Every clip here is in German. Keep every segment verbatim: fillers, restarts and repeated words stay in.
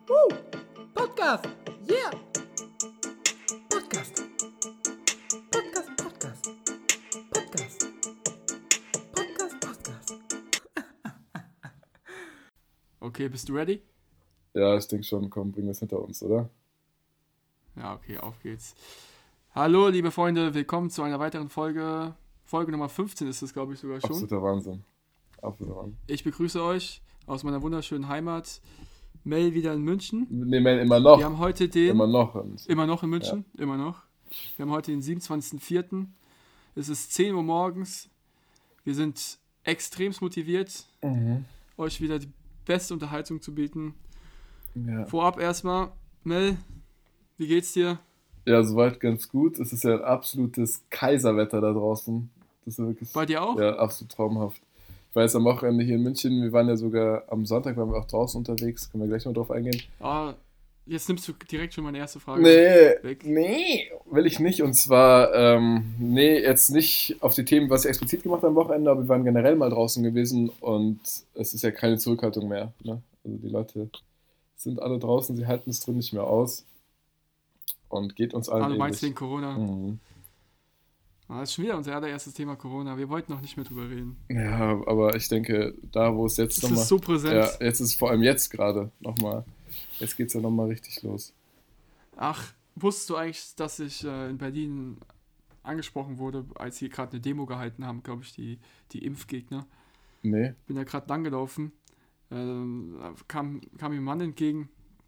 Woo! Podcast! Yeah! Podcast! Podcast, Podcast! Podcast! Podcast, Podcast! Okay, bist du ready? Ja, ich denke schon, komm, bringen wir es hinter uns, oder? Ja, okay, auf geht's. Hallo, liebe Freunde, willkommen zu einer weiteren Folge. Folge Nummer fünfzehn ist es, glaube ich, sogar schon. Absoluter Wahnsinn. Absoluter Wahnsinn. Ich begrüße euch aus meiner wunderschönen Heimat. Mel wieder in München. Nee, man, immer noch. Wir haben heute den... Immer noch. Und Immer noch in München, ja. immer noch. Wir haben heute den siebenundzwanzigsten vierten Es ist zehn Uhr morgens. Wir sind extremst motiviert, mhm. euch wieder die beste Unterhaltung zu bieten. Ja. Vorab erstmal, Mel, wie geht's dir? ja, soweit ganz gut. Es ist ja ein absolutes Kaiserwetter da draußen. Das ist ja wirklich, Bei dir auch? Ja, absolut traumhaft. Ich war jetzt am Wochenende hier in München. Wir waren ja sogar am Sonntag, waren wir auch draußen unterwegs. Können wir gleich mal drauf eingehen. Ah, jetzt nimmst du direkt schon meine erste Frage Nee, weg. nee, will ich nicht. Und zwar, ähm, nee, jetzt nicht auf die Themen, was ich explizit gemacht habe am Wochenende, aber wir waren generell mal draußen gewesen und es ist ja keine Zurückhaltung mehr. Ne? Also die Leute sind alle draußen, sie halten es drin nicht mehr aus und geht uns allen Ah, du meinst ähnlich. wegen Corona. Mhm. Ah, das ist schon wieder unser allererstes Thema Corona. Wir wollten noch nicht mehr drüber reden. Ja, aber ich denke, da wo es jetzt Das nochmal... ist so präsent. Ja, jetzt ist vor allem jetzt gerade nochmal, jetzt geht es ja nochmal richtig los. Ach, wusstest du eigentlich, dass ich äh, in Berlin angesprochen wurde, als sie gerade eine Demo gehalten haben, glaube ich, die, die Impfgegner. Nee? Bin da gerade langgelaufen, ähm, kam, kam mir ein Mann entgegen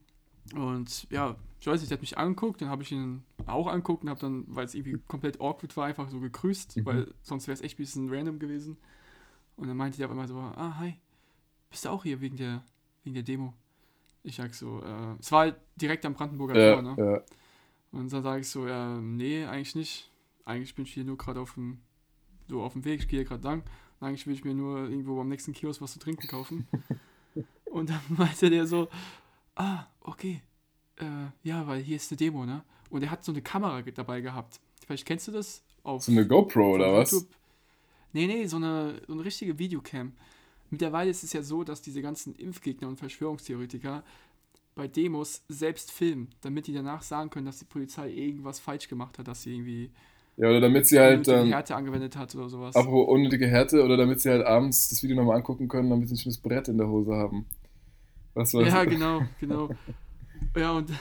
und ja, ich weiß nicht, der hat mich angeguckt, dann habe ich ihn auch angeguckt und habe dann, weil es irgendwie komplett awkward war, einfach so gegrüßt, Mhm. weil sonst wäre es echt ein bisschen random gewesen. Und dann meinte der auf einmal so, ah, hi, bist du auch hier wegen der, wegen der Demo? Ich sag so, äh, es war halt direkt am Brandenburger Ja, Tor, ne? ja. Und dann sage ich so, ja, nee, eigentlich nicht. Eigentlich bin ich hier nur gerade auf dem, so auf dem Weg, ich gehe hier gerade lang. Und eigentlich will ich mir nur irgendwo am nächsten Kiosk was zu trinken kaufen. Und dann meinte der so, ah, okay, äh, ja, weil hier ist eine Demo, ne? Und er hat so eine Kamera ge- dabei gehabt. Vielleicht kennst du das? Auf So eine GoPro oder von was? YouTube. Nee, nee, so eine, so eine richtige Videocam. Mittlerweile ist es ja so, dass diese ganzen Impfgegner und Verschwörungstheoretiker bei Demos selbst filmen, damit die danach sagen können, dass die Polizei irgendwas falsch gemacht hat, dass sie irgendwie Ja, oder damit sie halt unnötige dann... Härte angewendet hat oder sowas. Apropos unnötige Härte, oder damit sie halt abends das Video nochmal angucken können, damit sie ein schönes Brett in der Hose haben. Was war's? Ja, genau, genau. Ja, und,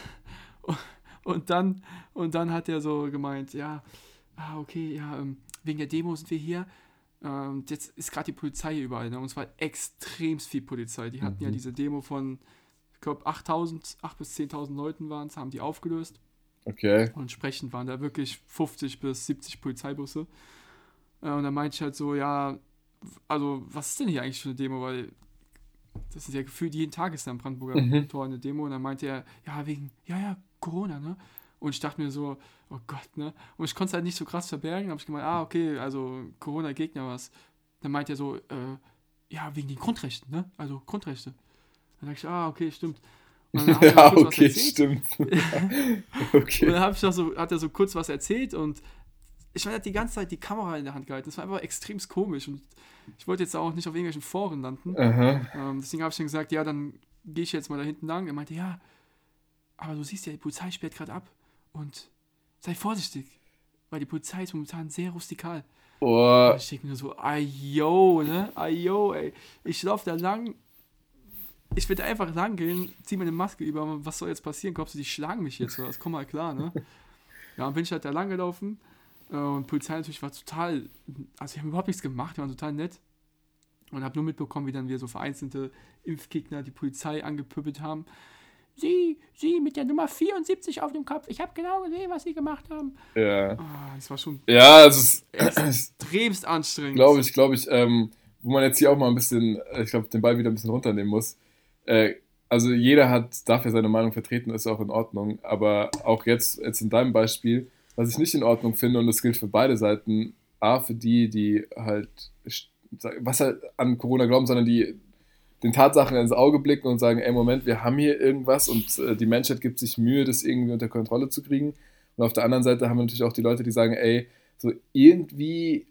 und, dann, und dann hat er so gemeint, ja, ah, okay, ja, ähm, wegen der Demo sind wir hier. Ähm, jetzt ist gerade die Polizei hier überall, ne? Und es war extrem viel Polizei. Die hatten Mhm. ja diese Demo von, ich glaube, achttausend, achttausend bis zehntausend Leuten waren es, haben die aufgelöst. Okay. Und entsprechend waren da wirklich fünfzig bis siebzig Polizeibusse. Äh, und dann meinte ich halt so, ja, also was ist denn hier eigentlich für eine Demo? Weil das ist ja gefühlt jeden Tag ist da am Brandenburger Mhm. Tor eine Demo. Und dann meinte er, ja, wegen, ja, ja, Corona, ne? Und ich dachte mir so, oh Gott, ne? Und ich konnte es halt nicht so krass verbergen. Dann habe ich gemeint, ah, okay, also Corona-Gegner was. Dann meinte er so, äh, ja, wegen den Grundrechten, ne? Also Grundrechte. Dann dachte ich, ah, okay, stimmt. Und dann hat er Ja, kurz was okay, erzählt. stimmt. Und Okay. dann hab ich noch so, hat er so kurz was erzählt und ich meine, er hat die ganze Zeit die Kamera in der Hand gehalten. Das war einfach extrem komisch und ich wollte jetzt auch nicht auf irgendwelchen Foren landen. Aha. Ähm, deswegen habe ich dann gesagt, ja, dann gehe ich jetzt mal da hinten lang. Er meinte, ja, aber du siehst ja, die Polizei sperrt gerade ab und sei vorsichtig, weil die Polizei ist momentan sehr rustikal. Oh, Und ich denke mir nur so, ayo, ne, ayo, ey. Ich laufe da lang, ich will da einfach lang gehen, zieh mir eine Maske über, was soll jetzt passieren? Glaubst du, die schlagen mich jetzt oder was? Komm mal klar, ne? Ja, und bin ich halt da lang gelaufen äh, und die Polizei natürlich war total, also die haben überhaupt nichts gemacht, die waren total nett. Und habe nur mitbekommen, wie dann wir so vereinzelte Impfgegner die Polizei angepöbelt haben. Sie, Sie mit der Nummer vierundsiebzig auf dem Kopf, ich habe genau gesehen, was Sie gemacht haben. ja. Ah, das war schon Ja, es ist, extremst anstrengend. glaube ich, glaube ich, ähm, wo man jetzt hier auch mal ein bisschen, äh, ich glaube, den Ball wieder ein bisschen runternehmen muss. Äh, also jeder hat, darf ja seine Meinung vertreten, ist auch in Ordnung, aber auch jetzt, jetzt in deinem Beispiel, was ich nicht in Ordnung finde, und das gilt für beide Seiten, A, für die, die halt, was halt an Corona glauben, sondern die den Tatsachen ins Auge blicken und sagen, ey, Moment, wir haben hier irgendwas und äh, die Menschheit gibt sich Mühe, das irgendwie unter Kontrolle zu kriegen. Und auf der anderen Seite haben wir natürlich auch die Leute, die sagen, ey, so irgendwie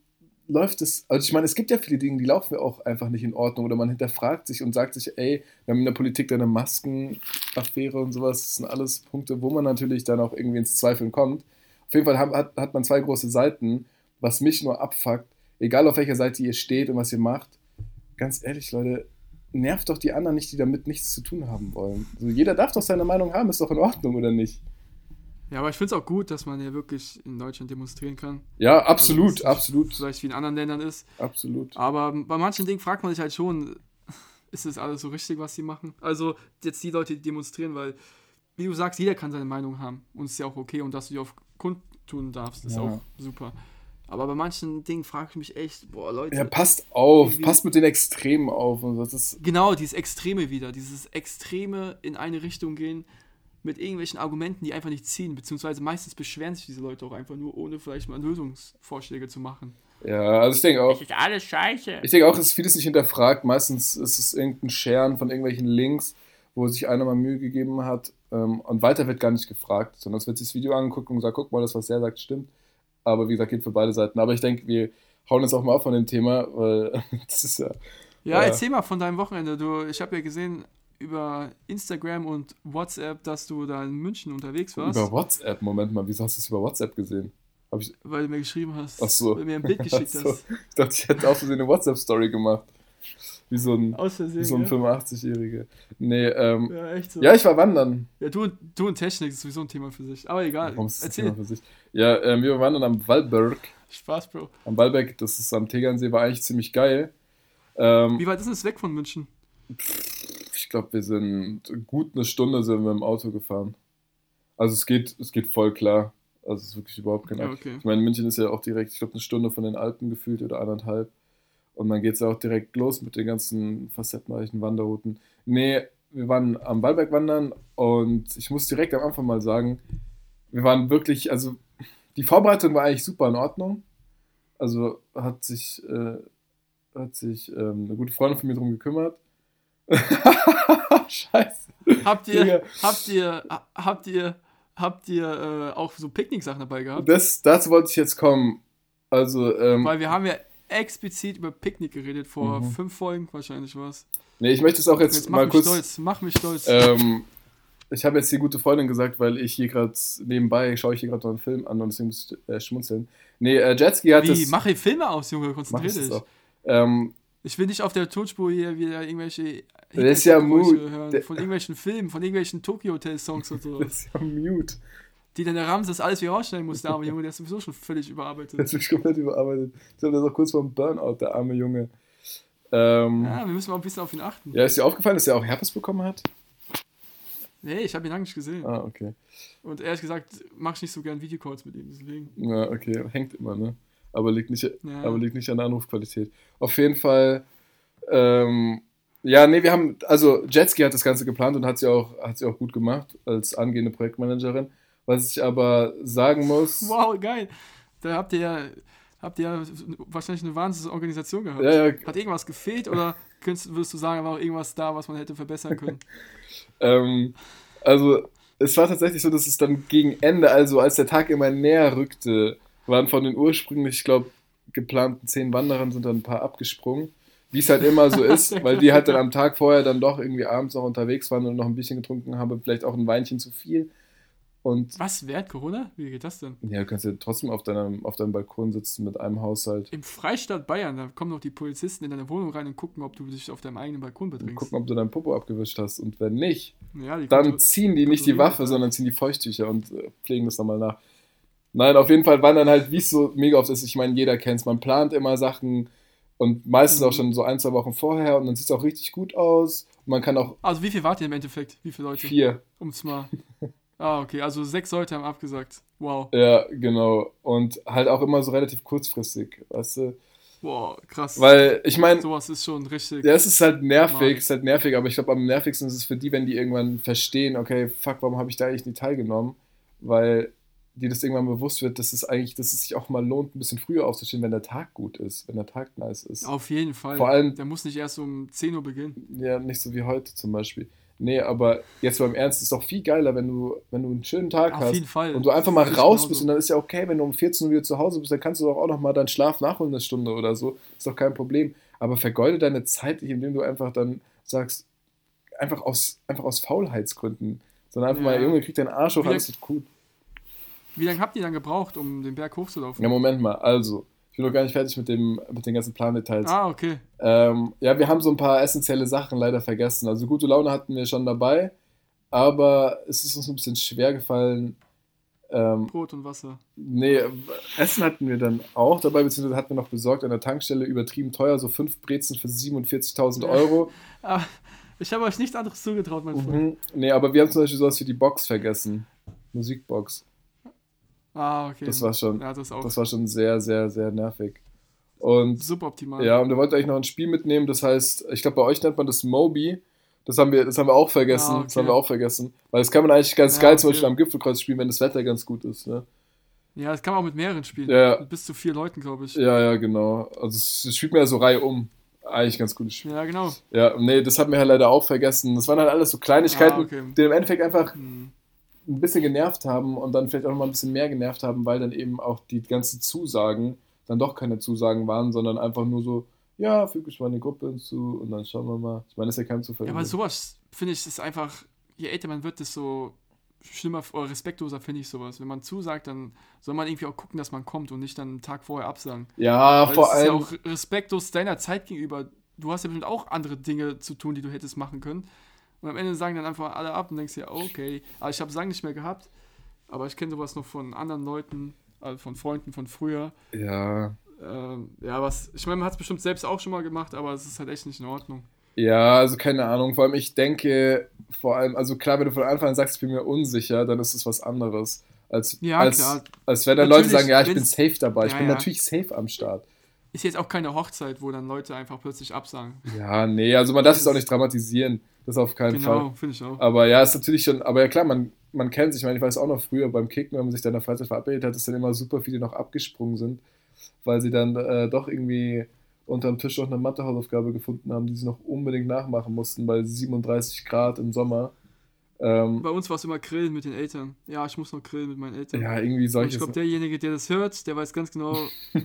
läuft es, also ich meine, es gibt ja viele Dinge, die laufen ja auch einfach nicht in Ordnung oder man hinterfragt sich und sagt sich, ey, wir haben in der Politik da eine Maskenaffäre und sowas, das sind alles Punkte, wo man natürlich dann auch irgendwie ins Zweifeln kommt. Auf jeden Fall hat, hat man zwei große Seiten, was mich nur abfuckt, egal auf welcher Seite ihr steht und was ihr macht, ganz ehrlich, Leute, nervt doch die anderen nicht, die damit nichts zu tun haben wollen. Also jeder darf doch seine Meinung haben, ist doch in Ordnung, oder nicht? Ja, aber ich finde es auch gut, dass man ja wirklich in Deutschland demonstrieren kann. Ja, absolut, also, absolut. Vielleicht wie in anderen Ländern ist. Absolut. Aber bei manchen Dingen fragt man sich halt schon, ist das alles so richtig, was sie machen? Also jetzt die Leute, die demonstrieren, weil, wie du sagst, jeder kann seine Meinung haben. Und es ist ja auch okay. Und dass du die auf kundtun darfst, ist Ja. auch super. Aber bei manchen Dingen frage ich mich echt, boah, Leute. Ja, passt auf, irgendwie- passt mit den Extremen auf. Und das ist, Genau, dieses Extreme wieder. Dieses Extreme in eine Richtung gehen mit irgendwelchen Argumenten, die einfach nicht ziehen. Beziehungsweise meistens beschweren sich diese Leute auch einfach nur, ohne vielleicht mal Lösungsvorschläge zu machen. ja, also ich denke auch, ist alles scheiße. ich denke auch, es ist vieles nicht hinterfragt. Meistens ist es irgendein Scheren von irgendwelchen Links, wo sich einer mal Mühe gegeben hat. Ähm, und weiter wird gar nicht gefragt, sondern es wird sich das Video angeguckt und sagt, guck mal, das, was der sagt, stimmt. Aber wie gesagt, geht für beide Seiten. Aber ich denke, wir hauen jetzt auch mal auf von dem Thema, weil das ist ja... Ja, Ja. erzähl mal von deinem Wochenende. Du, ich habe ja gesehen über Instagram und WhatsApp, dass du da in München unterwegs warst, Über WhatsApp, Moment mal, wieso hast du es über WhatsApp gesehen? Hab ich, weil du mir geschrieben hast, Ach so. weil du mir ein Bild geschickt Ach so. hast. ich dachte, ich hätte aus Versehen eine WhatsApp-Story gemacht. Wie so ein, Aus Versehen, wie so ein ja? fünfundachtzig-Jähriger. Nee, ähm, Ja, echt so. ja, ich war wandern. Ja, du, du und Technik ist sowieso ein Thema für sich. Aber egal, Warum ist das erzähl. Thema für sich? Ja, ähm, wir wandern am Wallberg. Spaß, Bro. Am Wallberg, das ist am Tegernsee, war eigentlich ziemlich geil. Ähm, Wie weit ist es weg von München? ich glaube, wir sind gut eine Stunde sind wir im Auto gefahren. Also es geht, es geht voll klar. Also es ist wirklich überhaupt kein Ja, Akt. okay. Ich meine, München ist ja auch direkt, ich glaube, eine Stunde von den Alpen gefühlt oder anderthalb. Und dann geht es ja auch direkt los mit den ganzen facettenreichen Wanderrouten. Nee, wir waren am Wallberg wandern und ich muss direkt am Anfang mal sagen, wir waren wirklich, also die Vorbereitung war eigentlich super in Ordnung. Also hat sich, äh, hat sich ähm, eine gute Freundin von mir drum gekümmert. Scheiße. Habt ihr, Digga. habt ihr, ha- habt ihr, habt ihr äh, auch so Picknicksachen dabei gehabt? Das, dazu wollte ich jetzt kommen. Also, ähm, Weil wir haben ja explizit über Picknick geredet vor Mhm. fünf Folgen, wahrscheinlich was. nee, ich möchte es auch jetzt, Jetzt mach mal mich kurz. stolz, mach mich stolz. Ähm, ich habe jetzt die gute Freundin gesagt, weil ich hier gerade nebenbei schaue ich hier gerade noch einen Film an und deswegen muss ich äh, schmunzeln. Nee, äh, Jetski hat Wie, das. mach hier Filme aus, Junge, mach konzentrier ich das dich. auch. Ähm, Ich will nicht auf der Tonspur hier wieder irgendwelche Das ist ja Hintergrundgeräusche Mood. hören, Der- von irgendwelchen Filmen, von irgendwelchen Tokyo Hotel Songs und so. das ist ja mute. Die dann der Ramses alles wieder rausschneiden muss, der arme Junge, der ist sowieso schon völlig überarbeitet. Das ist komplett überarbeitet. Ich glaube, der ist auch kurz vor dem Burnout, der arme Junge. Ähm, ja. Ja, wir müssen mal ein bisschen auf ihn achten. Ist dir aufgefallen, dass er auch Herpes bekommen hat? Nee, ich habe ihn lange nicht gesehen. Ah, okay. Und ehrlich gesagt, mach ich nicht so gern Videocalls mit ihm, deswegen. Ja, okay. Hängt immer, ne? Aber liegt nicht, Ja. aber liegt nicht an der Anrufqualität. Auf jeden Fall. Ähm, ja, nee, wir haben, also Jetski hat das Ganze geplant und hat sie auch, hat sie auch gut gemacht als angehende Projektmanagerin. Was ich aber sagen muss. Wow, geil. Da habt ihr ja, habt ihr ja wahrscheinlich eine wahnsinnige Organisation gehabt. Ja, ja, Hat irgendwas gefehlt oder könntest, würdest du sagen, war auch irgendwas da, was man hätte verbessern können? ähm, also es war tatsächlich so, dass es dann gegen Ende, also als der Tag immer näher rückte, waren von den ursprünglich, ich glaube, geplanten zehn Wanderern sind dann ein paar abgesprungen. Wie es halt immer so ist, weil die halt dann am Tag vorher dann doch irgendwie abends noch unterwegs waren und noch ein bisschen getrunken haben, vielleicht auch ein Weinchen zu viel. Und Was, während Corona? Wie geht das denn? ja, du kannst ja trotzdem auf deinem, auf deinem Balkon sitzen mit einem Haushalt Im Freistaat Bayern, da kommen noch die Polizisten in deine Wohnung rein und gucken, ob du dich auf deinem eigenen Balkon und betrinkst. gucken, ob du deinen Popo abgewischt hast. Und wenn nicht, Ja, die dann kontro- ziehen die nicht die kontrollieren Waffe, das. sondern ziehen die Feuchttücher und äh, pflegen das nochmal nach. Nein, auf jeden Fall waren dann halt, wie es so mega oft ist, ich meine, jeder kennt es, man plant immer Sachen und meistens Mhm. auch schon so ein, zwei Wochen vorher und dann sieht es auch richtig gut aus. Und man kann auch Also wie viel wart ihr im Endeffekt? Wie viele Leute? vier, Um's mal. Ah, okay, also sechs Leute haben abgesagt. Wow. ja, genau. Und halt auch immer so relativ kurzfristig, weißt du? Wow, krass. Weil, ich meine, Sowas ist schon richtig. ja, es ist halt nervig, Mann. es ist halt nervig, aber ich glaube, am nervigsten ist es für die, wenn die irgendwann verstehen, okay, fuck, warum habe ich da eigentlich nicht teilgenommen? Weil dir das irgendwann bewusst wird, dass es eigentlich, dass es sich auch mal lohnt, ein bisschen früher aufzustehen, wenn der Tag gut ist, wenn der Tag nice ist. Auf jeden Fall. Vor allem- Der muss nicht erst um zehn Uhr beginnen. Ja, nicht so wie heute zum Beispiel. Nee, aber jetzt beim Ernst ist es doch viel geiler, wenn du, wenn du einen schönen Tag Auf hast jeden Fall. und du einfach mal Sehe ich raus genauso. bist und dann ist ja okay, wenn du um vierzehn Uhr wieder zu Hause bist, dann kannst du doch auch noch mal deinen Schlaf nachholen, eine Stunde oder so. Ist doch kein Problem. Aber vergeude deine Zeit nicht, indem du einfach dann sagst, einfach aus, einfach aus Faulheitsgründen, sondern einfach Ja. mal, Junge, krieg deinen Arsch hoch, Wie alles wird gut. Wie lange habt ihr dann gebraucht, um den Berg hochzulaufen? Ja, Moment mal, also, ich bin noch gar nicht fertig mit, dem, mit den ganzen Plandetails. Ah, okay. Ähm, ja, wir haben so ein paar essentielle Sachen leider vergessen. Also gute Laune hatten wir schon dabei, aber es ist uns ein bisschen schwer gefallen. Ähm, Brot und Wasser. nee, Essen hatten wir dann auch dabei, beziehungsweise hatten wir noch besorgt an der Tankstelle, übertrieben teuer, so fünf Brezen für siebenundvierzigtausend Euro. Aber ich habe euch nichts anderes zugetraut, mein Freund. Mhm. Nee, aber wir haben zum Beispiel sowas wie die Box vergessen. Musikbox. Ah, okay. Das war schon, Ja, das ist auch das war schon sehr, sehr, sehr nervig. Und suboptimal. ja, und wir wollten eigentlich noch ein Spiel mitnehmen, das heißt, ich glaube, bei euch nennt man das Moby. Das haben wir, das haben wir auch vergessen. Ah, okay. Das haben wir auch vergessen. Weil das kann man eigentlich ganz Ja, geil zum okay. Beispiel am Gipfelkreuz spielen, wenn das Wetter ganz gut ist. Ne? Ja, das kann man auch mit mehreren spielen. Ja. Mit bis zu vier Leuten, glaube ich. Ja, ja, genau. Also es, es spielt mir ja so Reihe um. Eigentlich ganz gutes Spiel. Ja, genau. Ja, nee, das haben wir halt leider auch vergessen. Das waren halt alles so Kleinigkeiten, Ah, okay. die im Endeffekt einfach Hm. ein bisschen genervt haben und dann vielleicht auch noch mal ein bisschen mehr genervt haben, weil dann eben auch die ganzen Zusagen dann doch keine Zusagen waren, sondern einfach nur so, ja, füge ich mal eine Gruppe hinzu und dann schauen wir mal. Ich meine, das ist ja kein Zufall. Ja, aber sowas, finde ich, ist einfach, je älter man wird, desto schlimmer oder respektloser finde ich sowas. Wenn man zusagt, dann soll man irgendwie auch gucken, dass man kommt und nicht dann einen Tag vorher absagen. Ja, Weil vor es ist ja allem. auch respektlos deiner Zeit gegenüber. Du hast ja bestimmt auch andere Dinge zu tun, die du hättest machen können. Und am Ende sagen dann einfach alle ab und denkst dir, okay, aber ich habe es lange nicht mehr gehabt, aber ich kenne sowas noch von anderen Leuten, also von Freunden von früher. Ja. Ähm, ja, was, ich meine, man hat es bestimmt selbst auch schon mal gemacht, aber es ist halt echt nicht in Ordnung. Ja, also keine Ahnung. Vor allem, ich denke, vor allem, also klar, wenn du von Anfang an sagst, ich bin mir unsicher, dann ist es was anderes. Als, Ja, als, klar. als wenn dann Leute Natürlich, sagen, ja, ich bin wenn's- safe dabei. Ich Ja, bin ja. natürlich safe am Start. Ist jetzt auch keine Hochzeit, wo dann Leute einfach plötzlich absagen. Ja, nee, also man darf es auch nicht dramatisieren. Das auf keinen Fall. Genau, finde ich auch. Aber ja, ist natürlich schon, aber ja klar, man, man kennt sich. Ich meine, ich weiß auch noch früher beim Kicken, wenn man sich dann in der Freizeit verabredet hat, dass dann immer super viele noch abgesprungen sind, weil sie dann äh, doch irgendwie unterm Tisch noch eine Mathehausaufgabe gefunden haben, die sie noch unbedingt nachmachen mussten, bei siebenunddreißig Grad im Sommer. Ähm, Bei uns war es immer Grillen mit den Eltern. Ja, ich muss noch grillen mit meinen Eltern. ja, irgendwie Und ich solches. glaube, derjenige, der das hört, der weiß ganz genau,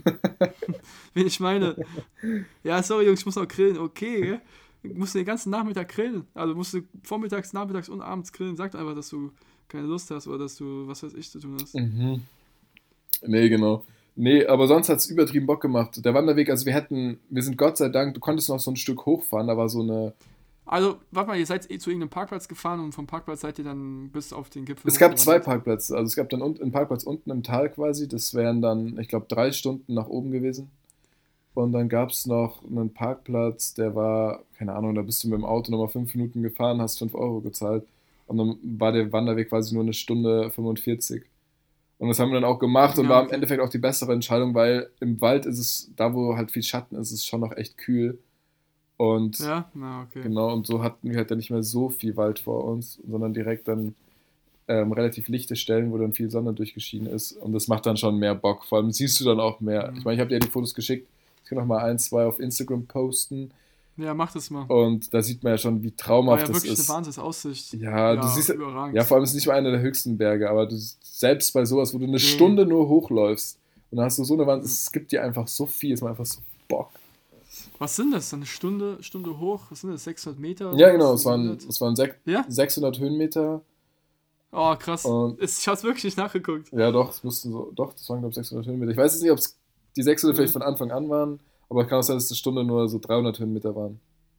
wen ich meine. Ja, sorry, Jungs, ich muss noch grillen. Okay, gell? Musst du den ganzen Nachmittag grillen. Also musst du vormittags, nachmittags und abends grillen. Sag einfach, dass du keine Lust hast oder dass du, was weiß ich, zu tun hast. Mhm. Nee, genau. Nee, aber sonst hat es übertrieben Bock gemacht. Der Wanderweg, also wir hätten, wir sind Gott sei Dank, du konntest noch so ein Stück hochfahren, da war so eine. Also, warte mal, ihr seid eh zu irgendeinem Parkplatz gefahren und vom Parkplatz seid ihr dann bis auf den Gipfel. Es gab zwei hochgewandert. Parkplätze. Also es gab dann un- einen Parkplatz unten im Tal quasi. Das wären dann, ich glaube, drei Stunden nach oben gewesen. Und dann gab es noch einen Parkplatz, der war, keine Ahnung, da bist du mit dem Auto nochmal fünf Minuten gefahren, hast fünf Euro gezahlt. Und dann war der Wanderweg quasi nur eine Stunde fünfundvierzig. Und das haben wir dann auch gemacht und Ja, war im okay. Endeffekt auch die bessere Entscheidung, weil im Wald ist es, da wo halt viel Schatten ist, ist es schon noch echt kühl. Und Ja, na, okay. genau, und so hatten wir halt dann nicht mehr so viel Wald vor uns, sondern direkt dann ähm, relativ lichte Stellen, wo dann viel Sonne durchgeschienen ist. Und das macht dann schon mehr Bock. Vor allem siehst du dann auch mehr. Mhm. Ich meine, ich habe dir ja die Fotos geschickt. Ich kann noch mal ein, zwei auf Instagram posten. Ja, mach das mal. Und da sieht man ja schon, wie War traumhaft ja das wirklich ist. eine Wahnsinnsaussicht. Ja, du siehst, überragend. ja, vor allem ist es nicht mal einer der höchsten Berge, aber du selbst bei sowas, wo du eine Mhm. Stunde nur hochläufst und dann hast du so eine Wand, es gibt dir einfach so viel, es macht einfach so Bock. Was sind das? Eine Stunde, Stunde hoch? Was sind das? sechshundert Meter? oder Ja, was? genau, es waren, siebenhundert? es waren sech- Ja? sechshundert Höhenmeter. Oh, krass. Und- Ist- Ich hab's wirklich nicht nachgeguckt. Ja, doch, es mussten so, doch, das waren, glaube ich, sechshundert Höhenmeter. Ich weiß jetzt nicht, ob es die sechshundert Mhm. vielleicht von Anfang an waren, aber es kann auch sein, dass die Stunde nur so dreihundert Höhenmeter waren.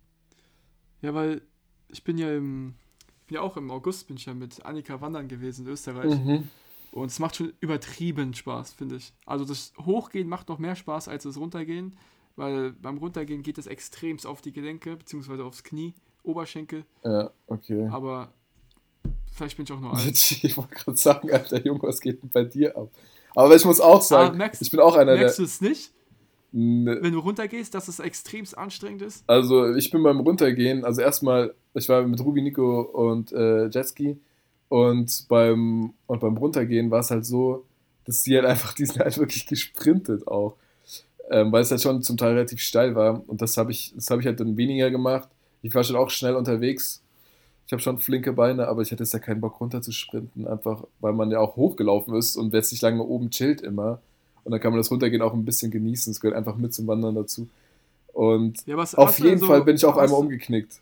Ja, weil ich bin ja im, ich bin ja auch im August bin ich ja mit Annika wandern gewesen in Österreich. Mhm. Und es macht schon übertrieben Spaß, finde ich. Also das Hochgehen macht noch mehr Spaß als das Runtergehen, weil beim Runtergehen geht es extremst auf die Gelenke, beziehungsweise aufs Knie, Oberschenkel, Ja, okay. aber vielleicht bin ich auch nur alt. Ich wollte gerade sagen, Alter Junge, was geht denn bei dir ab? Aber ich muss auch sagen, Ah, merkst- ich bin auch einer Merkst der. du es nicht, Ne, wenn du runtergehst, dass es extremst anstrengend ist? Also ich bin beim Runtergehen, also erstmal, ich war mit Ruby, Nico und äh, Jetski und beim, und beim Runtergehen war es halt so, dass die halt einfach, die sind halt wirklich gesprintet auch, ähm, weil es halt schon zum Teil relativ steil war und das habe ich, das habe ich halt dann weniger gemacht. Ich war schon auch schnell unterwegs Ich habe schon flinke Beine, aber ich hätte jetzt ja keinen Bock runter zu sprinten, einfach weil man ja auch hochgelaufen ist und letztlich lange oben chillt immer. Und dann kann man das Runtergehen auch ein bisschen genießen. Es gehört einfach mit zum Wandern dazu. Und Ja, was auf hast du denn jeden so- Fall bin ich auch hast einmal du- umgeknickt.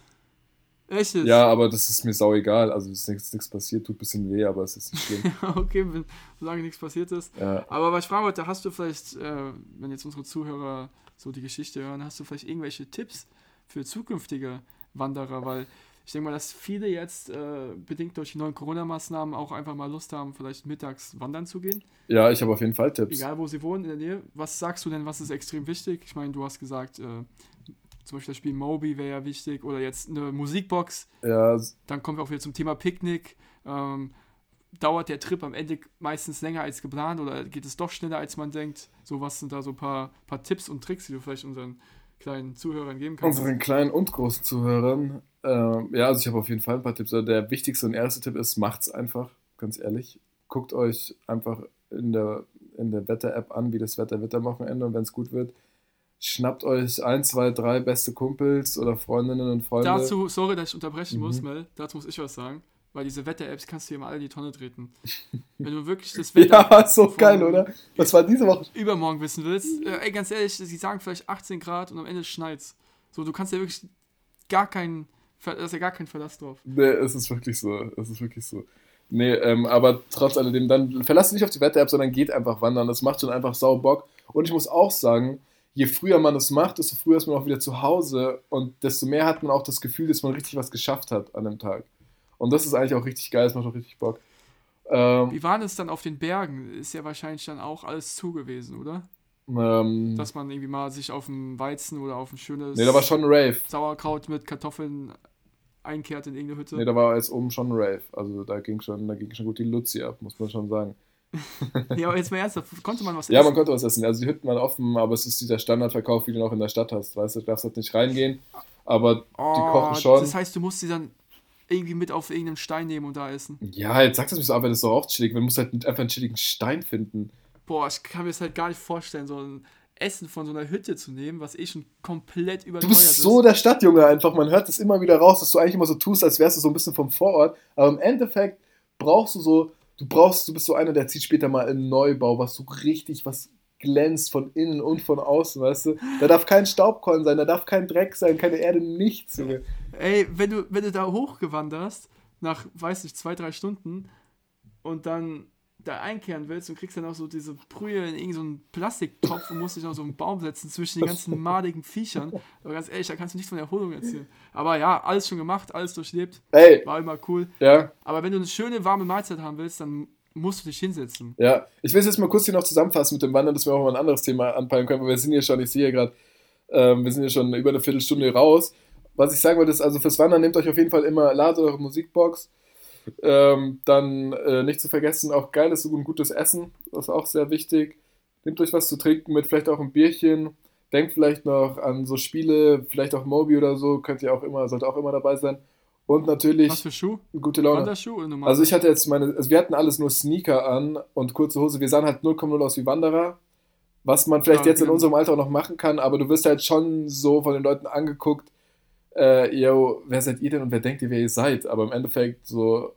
Echt jetzt? Ja, aber das ist mir sau egal. Also es ist nichts, nichts passiert, tut ein bisschen weh, aber es ist nicht schlimm. Okay, wenn, solange nichts passiert ist. Ja. Aber was ich fragen wollte, hast du vielleicht, äh, wenn jetzt unsere Zuhörer so die Geschichte hören, hast du vielleicht irgendwelche Tipps für zukünftige Wanderer? Weil ich denke mal, dass viele jetzt äh, bedingt durch die neuen Corona-Maßnahmen auch einfach mal Lust haben, vielleicht mittags wandern zu gehen. Ja, ich habe auf jeden Fall Tipps. Egal, wo sie wohnen, in der Nähe. Was sagst du denn, was ist extrem wichtig? Ich meine, du hast gesagt, äh, zum Beispiel das Spiel Moby wäre ja wichtig oder jetzt eine Musikbox. Ja, Dann kommen wir auch wieder zum Thema Picknick. Ähm, dauert der Trip am Ende meistens länger als geplant oder geht es doch schneller, als man denkt? So, was sind da so ein paar, paar Tipps und Tricks, die du vielleicht unseren kleinen Zuhörern geben kannst? unseren kleinen und großen Zuhörern. Ähm, ja, also ich habe auf jeden Fall ein paar Tipps. Also der wichtigste und erste Tipp ist, macht's einfach, ganz ehrlich. Guckt euch einfach in der, in der Wetter-App an, wie das Wetter wird am Wochenende und wenn es gut wird, schnappt euch ein, zwei, drei beste Kumpels oder Freundinnen und Freunde. Dazu, sorry, dass ich unterbrechen Mhm. muss, Mel, dazu muss ich was sagen, weil diese Wetter-Apps kannst du dir mal alle in die Tonne treten. Wenn du wirklich das Wetter Ja, so von geil, oder? Was war diese Woche? übermorgen wissen willst, äh, ey, ganz ehrlich, sie sagen vielleicht achtzehn Grad und am Ende schneit's. So, du kannst ja wirklich gar keinen, da ist ja gar kein Verlass drauf. Nee, es ist wirklich so. Es ist wirklich so. Nee, ähm, aber trotz alledem, dann verlasst nicht auf die Wetter-App, sondern geht einfach wandern. Das macht schon einfach sau Bock. Und ich muss auch sagen, je früher man es macht, desto früher ist man auch wieder zu Hause und desto mehr hat man auch das Gefühl, dass man richtig was geschafft hat an dem Tag. Und das ist eigentlich auch richtig geil, das macht auch richtig Bock. Ähm, Wie war das dann auf den Bergen? Ist ja wahrscheinlich dann auch alles zu gewesen, oder? ähm, Dass man irgendwie mal sich auf ein Weizen oder auf ein schönes nee, da war schon ein Rave. Sauerkraut mit Kartoffeln einkehrt in irgendeine Hütte. Nee, da war jetzt oben schon ein Rave. Also da ging schon, da ging schon gut die Luzi ab, muss man schon sagen. Ja, aber jetzt mal ernsthaft, konnte man was Ja, man essen? konnte was essen. Also die Hütten waren offen, aber es ist dieser Standardverkauf, wie du noch in der Stadt hast. Weißt du, du darfst halt nicht reingehen, aber die kochen schon. Das heißt, du musst sie dann irgendwie mit auf irgendeinen Stein nehmen und da essen. Ja, jetzt sagst du es mir so, aber das ist doch auch chillig. Man muss halt einfach einen chilligen Stein finden. Boah, ich kann mir das halt gar nicht vorstellen, so ein Essen von so einer Hütte zu nehmen, was eh schon komplett Du überteuert bist so ist. der Stadtjunge einfach. Man hört es immer wieder raus, dass du eigentlich immer so tust, als wärst du so ein bisschen vom Vorort. Aber im Endeffekt brauchst du so, du brauchst, du bist so einer, der zieht später mal in Neubau, was so richtig, was glänzt von innen und von außen, weißt du? Da darf kein Staubkorn sein, da darf kein Dreck sein, keine Erde, nichts, Junge. Ey, wenn du, wenn du da hochgewanderst, nach, weiß nicht, zwei, drei Stunden und dann da einkehren willst und kriegst dann auch so diese Brühe in irgendeinen so einen Plastiktopf und musst dich noch so einen Baum setzen zwischen den ganzen madigen Viechern. Aber ganz ehrlich, da kannst du nicht von Erholung erzählen. Aber ja, alles schon gemacht, alles durchlebt, Ey, war immer cool. ja, Aber wenn du eine schöne, warme Mahlzeit haben willst, dann musst du dich hinsetzen. ja. Ich will es jetzt mal kurz hier noch zusammenfassen mit dem Wandern, dass wir auch mal ein anderes Thema anpeilen können, weil wir sind hier schon, ich sehe hier gerade, ähm, wir sind hier schon über eine Viertelstunde raus. Was ich sagen wollte, ist, also fürs Wandern nehmt euch auf jeden Fall immer, ladet eure Musikbox. Ähm, dann äh, nicht zu vergessen, auch geiles und gutes Essen, das ist auch sehr wichtig. Nehmt euch was zu trinken mit, vielleicht auch ein Bierchen. Denkt vielleicht noch an so Spiele, vielleicht auch Moby oder so, könnt ihr auch immer, sollte auch immer dabei sein. Und natürlich Was für Schuh? gute Laune. Wanderschuh oder normal? Also ich hatte jetzt meine, also wir hatten alles nur Sneaker an und kurze Hose. Wir sahen halt null Komma null aus wie Wanderer, was man vielleicht Ja, jetzt in okay. unserem Alter auch noch machen kann, aber du wirst halt schon so von den Leuten angeguckt, äh, yo, wer seid ihr denn und wer denkt ihr, wer ihr seid? Aber im Endeffekt so,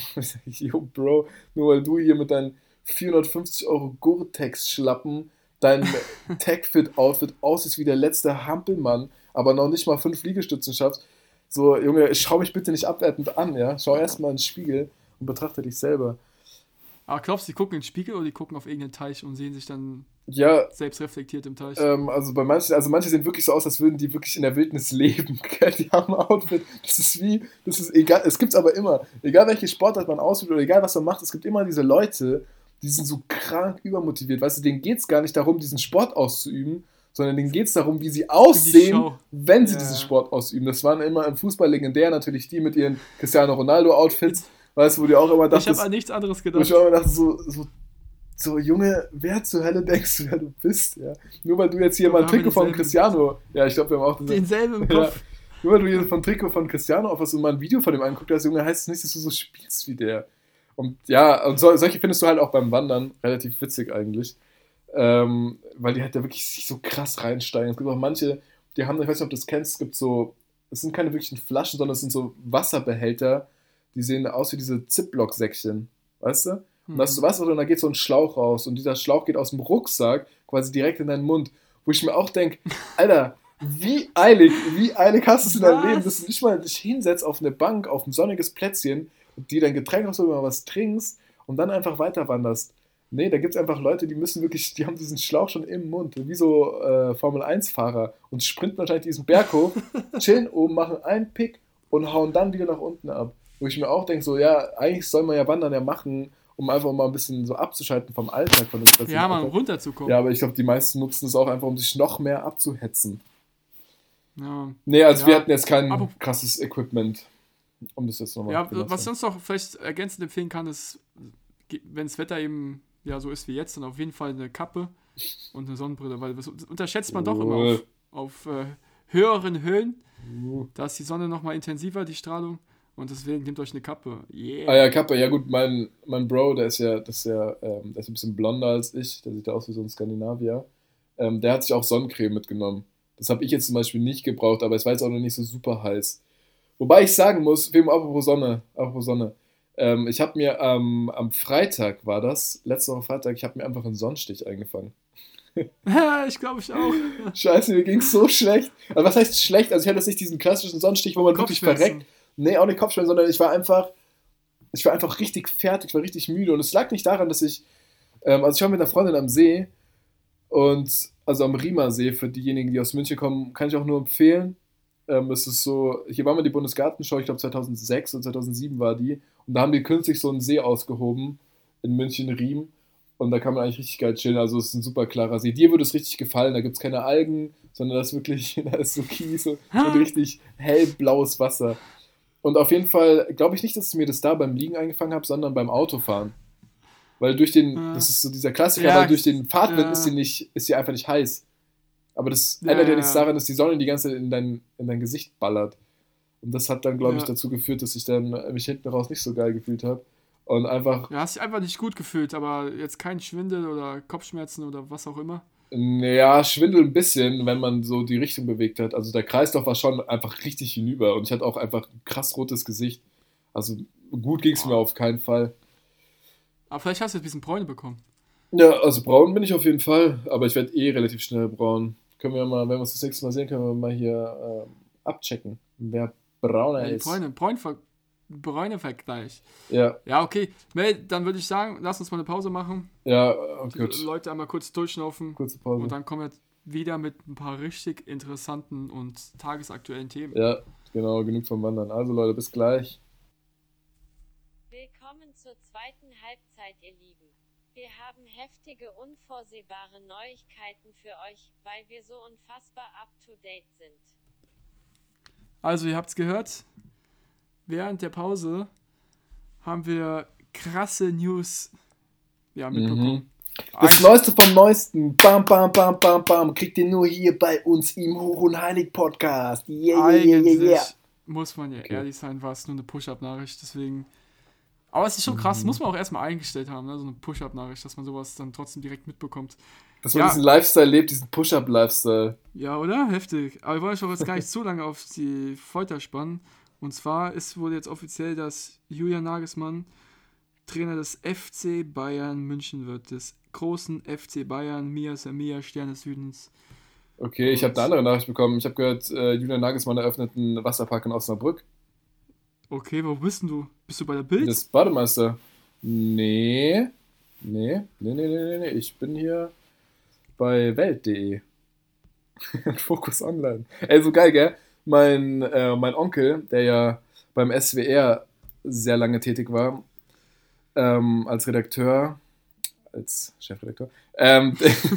yo, Bro, nur weil du hier mit deinen vierhundertfünfzig Euro Gore-Tex-Schlappen dein Tech-Fit-Outfit aussiehst wie der letzte Hampelmann, aber noch nicht mal fünf Liegestützen schaffst. So, Junge, schau mich bitte nicht abwertend an, ja? Schau erstmal in den Spiegel und betrachte dich selber. Aber glaubst du, die gucken in den Spiegel oder die gucken auf irgendeinen Teich und sehen sich dann Ja, selbst reflektiert im Teich? ähm, also bei manchen, also manche sehen wirklich so aus, als würden die wirklich in der Wildnis leben. Gell? Die haben ein Outfit, das ist wie, das ist egal, es gibt's aber immer. Egal welche Sportart man ausübt oder egal was man macht, es gibt immer diese Leute, die sind so krank übermotiviert. Weißt du, denen geht's gar nicht darum, diesen Sport auszuüben, sondern denen geht's darum, wie sie aussehen, Show. wenn sie Ja. diesen Sport ausüben. Das waren immer im Fußball legendär natürlich die mit ihren Cristiano Ronaldo-Outfits, weißt du, wo die auch immer ich dachtest, habe an nichts anderes wo gedacht. ich auch immer dachte, so, so, so, Junge, wer zur Hölle denkst du, wer du bist, ja? Nur weil du jetzt hier So, mal ein haben wir Trikot von denselben- Cristiano, ja, ich glaube, wir haben auch das, Denselben im ja, Kopf. nur weil du hier von Trikot von Cristiano auf was und mal ein Video von dem anguckt hast, Junge, heißt es nicht, dass du so spielst wie der. Und ja, und so, solche findest du halt auch beim Wandern relativ witzig eigentlich. Ähm, weil die halt da wirklich sich so krass reinsteigen. Es gibt auch manche, die haben, ich weiß nicht, ob du das kennst, es gibt so es sind keine wirklichen Flaschen, sondern es sind so Wasserbehälter, die sehen aus wie diese Ziploc-Säckchen, weißt du? Und da hast du Wasser drin und da geht so ein Schlauch raus und dieser Schlauch geht aus dem Rucksack quasi direkt in deinen Mund, wo ich mir auch denke, Alter, wie eilig, wie eilig hast du es in deinem Was? Leben, dass du nicht mal dich hinsetzt auf eine Bank, auf ein sonniges Plätzchen und dir dein Getränk aus mal was trinkst und dann einfach weiter wanderst. Nee, da gibt es einfach Leute, die müssen wirklich, die haben diesen Schlauch schon im Mund, wie so äh, Formel eins Fahrer und sprinten wahrscheinlich diesen Berg hoch, chillen oben, machen einen Pick und hauen dann wieder nach unten ab. Wo ich mir auch denke, so, ja, eigentlich soll man ja Wandern ja machen, um einfach mal ein bisschen so abzuschalten vom Alltag. Von dem stressigen Ja, mal Alltag. runterzukommen. Ja, aber ich glaube, die meisten nutzen es auch einfach, um sich noch mehr abzuhetzen. Ja. Nee, also Ja. wir hatten jetzt kein Aber- krasses Equipment, um das jetzt nochmal Ja, zu was ich sonst noch vielleicht ergänzend empfehlen kann, ist, wenn das Wetter eben ja so ist wie jetzt, dann auf jeden Fall eine Kappe und eine Sonnenbrille, weil das unterschätzt man doch immer auf, auf äh, höheren Höhen. Da ist die Sonne nochmal intensiver, die Strahlung, und deswegen nehmt euch eine Kappe. Yeah. Ah ja, Kappe, ja gut, mein, mein Bro, der ist ja, das ist ja ähm, der ist ein bisschen blonder als ich, der sieht ja aus wie so ein Skandinavier. Ähm, der hat sich auch Sonnencreme mitgenommen. Das habe ich jetzt zum Beispiel nicht gebraucht, aber es war jetzt auch noch nicht so super heiß. Wobei ich sagen muss, wegen apropos Sonne, apropos Sonne, ähm, ich habe mir ähm, am Freitag war das, letzte Woche Freitag, ich habe mir einfach einen Sonnenstich eingefangen. Ich glaube ich auch. Scheiße, mir ging's so schlecht. Also was heißt schlecht? Also ich hatte jetzt nicht diesen klassischen Sonnenstich, wo man wirklich Kopfschmerzen. verreckt. Nee, auch nicht Kopfschmerzen, sondern ich war einfach, ich war einfach richtig fertig, ich war richtig müde. Und es lag nicht daran, dass ich, ähm, also ich war mit einer Freundin am See und, also am Riemer See, für diejenigen, die aus München kommen, kann ich auch nur empfehlen. Ähm, es ist so, hier war mal die Bundesgartenschau, ich glaube zweitausendsechs oder zweitausendsieben war die. Und da haben die künstlich so einen See ausgehoben in München-Riem. Und da kann man eigentlich richtig geil chillen. Also es ist ein super klarer See. Dir würde es richtig gefallen. Da gibt es keine Algen, sondern das ist wirklich, da ist so Kies und, und richtig hellblaues Wasser. Und auf jeden Fall glaube ich nicht, dass ich mir das da beim Liegen eingefangen habe, sondern beim Autofahren. Weil durch den, Ja. das ist so dieser Klassiker, Ja, weil durch den Fahrtwind ja. ist sie nicht, ist sie einfach nicht heiß. Aber das Ja, ändert ja ja, nichts ja. daran, dass die Sonne die ganze Zeit in dein, in dein Gesicht ballert. Und das hat dann, glaube ich, Ja. dazu geführt, dass ich dann mich hinten raus nicht so geil gefühlt habe. Und einfach, Ja, hast dich einfach nicht gut gefühlt, aber jetzt kein Schwindel oder Kopfschmerzen oder was auch immer. naja, Schwindel ein bisschen, wenn man so die Richtung bewegt hat. Also der Kreislauf war schon einfach richtig hinüber und ich hatte auch einfach ein krass rotes Gesicht. Also gut ging es mir auf keinen Fall. Aber vielleicht hast du jetzt ein bisschen Bräune bekommen. Ja, also braun bin ich auf jeden Fall, aber ich werde eh relativ schnell braun. Können wir mal, wenn wir uns das nächste Mal sehen, können wir mal hier ähm, abchecken, wer brauner Ja, die ist. Bräune, Bräunver Bräune-Vergleich. Ja, Ja, okay. Mel, dann würde ich sagen, lass uns mal eine Pause machen. ja, oh Die gut. Leute einmal kurz durchschnaufen. Kurze Pause. Und dann kommen wir wieder mit ein paar richtig interessanten und tagesaktuellen Themen. Ja, genau, genug vom Wandern. Also Leute, bis gleich. Willkommen zur zweiten Halbzeit, ihr Lieben. Wir haben heftige, unvorsehbare Neuigkeiten für euch, weil wir so unfassbar up-to-date sind. Also, ihr habt's gehört. Während der Pause haben wir krasse News ja, mitbekommen. Das Neueste vom Neuesten. Bam, bam, bam, bam, bam. Kriegt ihr nur hier bei uns im Hoch und Heilig Podcast. Yeah, yeah, yeah, Eigentlich yeah, yeah. muss man ja Okay. ehrlich sein, war es nur eine Push-Up-Nachricht, deswegen. Aber es ist schon krass, muss man auch erstmal eingestellt haben, ne? So eine Push-Up-Nachricht, dass man sowas dann trotzdem direkt mitbekommt. Dass man Ja. diesen Lifestyle lebt, diesen Push-Up-Lifestyle. Ja, oder? Heftig. Aber wir wollen euch auch jetzt gar nicht zu lange auf die Folter spannen. Und zwar ist wurde jetzt offiziell, dass Julian Nagelsmann Trainer des F C Bayern München wird, des großen F C Bayern, Mia Samia, Stern des Südens. Okay, ich habe eine andere Nachricht bekommen. Ich habe gehört, äh, Julian Nagelsmann eröffnet einen Wasserpark in Osnabrück. Okay, wo bist denn du? Bist du bei der Bild? Das Bademeister. Nee. Nee. Nee, nee, nee, nee, nee. Ich bin hier bei Welt punkt de. Fokus Online. Ey, so geil, gell? Mein, äh, mein Onkel, der ja beim S W R sehr lange tätig war, ähm, als Redakteur, als Chefredakteur, ähm,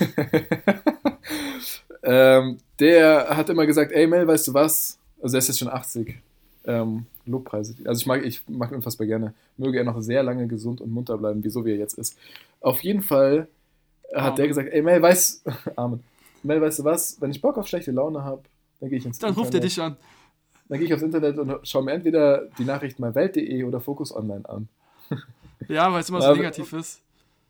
ähm, der hat immer gesagt, ey Mel, weißt du was? Also er ist jetzt schon achtzig. Ähm, Lobpreise. Also ich mag, ich mag ihn unfassbar gerne. Möge er noch sehr lange gesund und munter bleiben, wieso wie er jetzt ist. Auf jeden Fall hat Amen. der gesagt, ey Mel, weißt Amen. Mel, weißt du was? Wenn ich Bock auf schlechte Laune habe, dann gehe ich ins Dann Internet. ruft er dich an. Dann gehe ich aufs Internet und schaue mir entweder die Nachrichten bei Welt punkt de oder Fokus Online an. Ja, weil es immer so Aber- negativ ist.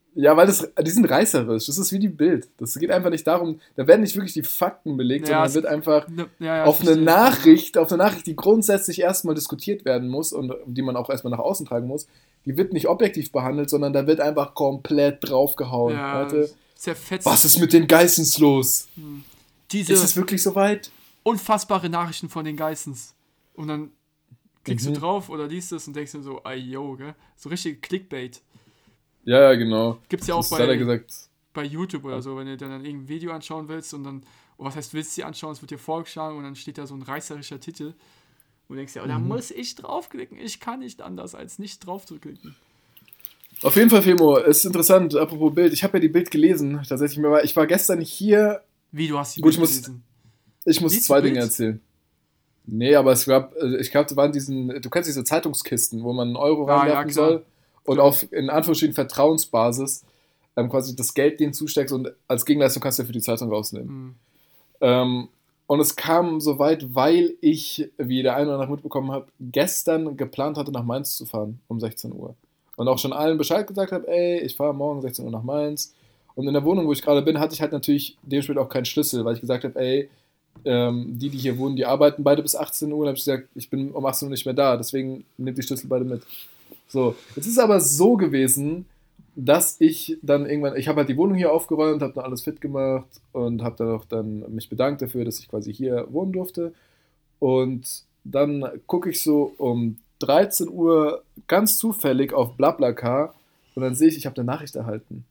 Ja, weil das, die sind reißerisch. Das ist wie die Bild. Das geht einfach nicht darum, da werden nicht wirklich die Fakten belegt, Ja, sondern es- wird einfach Ne, ja, ja, auf ich eine verstehe. Nachricht, auf eine Nachricht, die grundsätzlich erstmal diskutiert werden muss und die man auch erstmal nach außen tragen muss, die wird nicht objektiv behandelt, sondern da wird einfach komplett draufgehauen. Ja, Leute, zerfetzt. was ist mit den Geissens los? Diese Ist es wirklich soweit? unfassbare Nachrichten von den Geissens. Und dann klickst Mhm. du drauf oder liest es und denkst dir so, ay yo, gell? So richtig Clickbait. Ja, ja, genau. Gibt's ja Das auch ist leider bei, gesagt. bei YouTube oder so, wenn du dann irgendein Video anschauen willst und dann, oh, was heißt, willst du dir anschauen, es wird dir vorgeschlagen und dann steht da so ein reißerischer Titel. Und du denkst dir, oh, da Mhm. muss ich draufklicken. Ich kann nicht anders, als nicht drauf zu klicken. Auf jeden Fall, Femo, ist interessant, apropos Bild. Ich habe ja die Bild gelesen, tatsächlich. Mir war- Ich war gestern hier. Wie, du hast die Gut, ich Bild muss- gelesen? Ich muss Liest zwei du Dinge Bild? erzählen. Nee, aber es gab, äh, ich glaube, da waren diesen, du kennst diese Zeitungskisten, wo man einen Euro Ah, ja, reinwerfen klar. soll und Klar. auf, in Anführungsstrichen, Vertrauensbasis ähm, quasi das Geld denen zusteckst und als Gegenleistung kannst du ja für die Zeitung rausnehmen. Hm. Ähm, und es kam so weit, weil ich, wie der eine oder andere mitbekommen hat, gestern geplant hatte, nach Mainz zu fahren um sechzehn Uhr. Und auch schon allen Bescheid gesagt habe, ey, ich fahre morgen sechzehn Uhr nach Mainz. Und in der Wohnung, wo ich gerade bin, hatte ich halt natürlich dementsprechend auch keinen Schlüssel, weil ich gesagt habe, ey, ähm, die, die hier wohnen, die arbeiten beide bis achtzehn Uhr. Und habe ich gesagt, ich bin um achtzehn Uhr nicht mehr da, deswegen nehmt die Schlüssel beide mit. So, jetzt ist es aber so gewesen, dass ich dann irgendwann, ich habe halt die Wohnung hier aufgeräumt, habe dann alles fit gemacht und habe dann auch dann mich bedankt dafür, dass ich quasi hier wohnen durfte. Und dann gucke ich so um dreizehn Uhr ganz zufällig auf BlaBlaCar und dann sehe ich, ich habe eine Nachricht erhalten.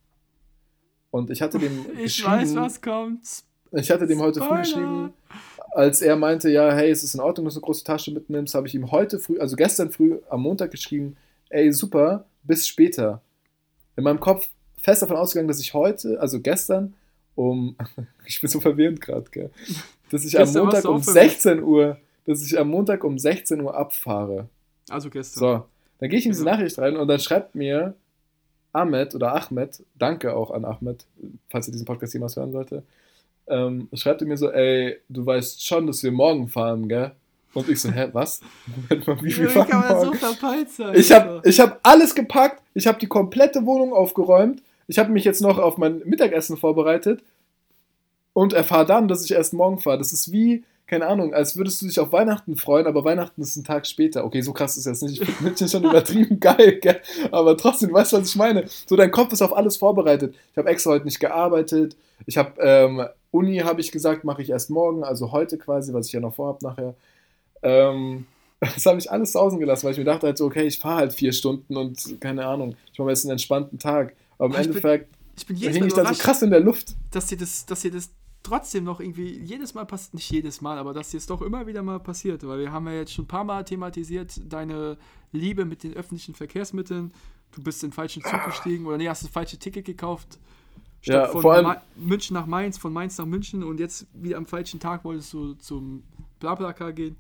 Und ich hatte dem Ich geschrieben, weiß, was kommt. ich hatte dem heute früh Spoiler. geschrieben, als er meinte, ja, hey, es ist in Ordnung, dass du eine große Tasche mitnimmst, habe ich ihm heute früh, also gestern früh am Montag geschrieben, ey, super, bis später. In meinem Kopf fest davon ausgegangen, dass ich heute, also gestern, um, ich bin so verwirrend gerade, gell, dass ich am Gestern warst Montag du auch um verwirrt. sechzehn Uhr, dass ich am Montag um sechzehn Uhr abfahre. Also gestern. So, dann gehe ich in diese Ja. Nachricht rein und dann schreibt mir Ahmed oder Ahmed, danke auch an Ahmed, falls er diesen Podcast jemals hören sollte, ähm, schreibt er mir so, ey, du weißt schon, dass wir morgen fahren, gell? Und ich so, hä, was? Moment mal, wie viel Wie fahren kann man so morgen? verpeilt sein? Ich habe Alter? ich hab alles gepackt, ich habe die komplette Wohnung aufgeräumt, ich habe mich jetzt noch auf mein Mittagessen vorbereitet und erfahre dann, dass ich erst morgen fahre. Das ist wie, keine Ahnung, als würdest du dich auf Weihnachten freuen, aber Weihnachten ist ein Tag später. Okay, so krass ist es jetzt nicht, ich finde es schon übertrieben geil, gell? Aber trotzdem, du weißt, was ich meine. So, dein Kopf ist auf alles vorbereitet. Ich habe extra heute nicht gearbeitet, ich habe, ähm, Uni habe ich gesagt, mache ich erst morgen, also heute quasi, was ich ja noch vorhabe nachher. Ähm, das habe ich alles sausen gelassen, weil ich mir dachte halt so, okay, ich fahre halt vier Stunden und keine Ahnung, ich mache jetzt einen entspannten Tag. Aber im Oh, ich bin Endeffekt Ich bin jedes hing Mal ich dann so überrascht, krass in der Luft. dass dir das, dass dir das trotzdem noch irgendwie jedes Mal passiert, nicht jedes Mal, aber dass dir es doch immer wieder mal passiert, weil wir haben ja jetzt schon ein paar Mal thematisiert, deine Liebe mit den öffentlichen Verkehrsmitteln, du bist in den falschen Zug gestiegen oder nee, hast das falsche Ticket gekauft, statt Ja, von vor allem- Ma- München nach Mainz, von Mainz nach München und jetzt wieder am falschen Tag wolltest du zum BlaBlaCar gehen.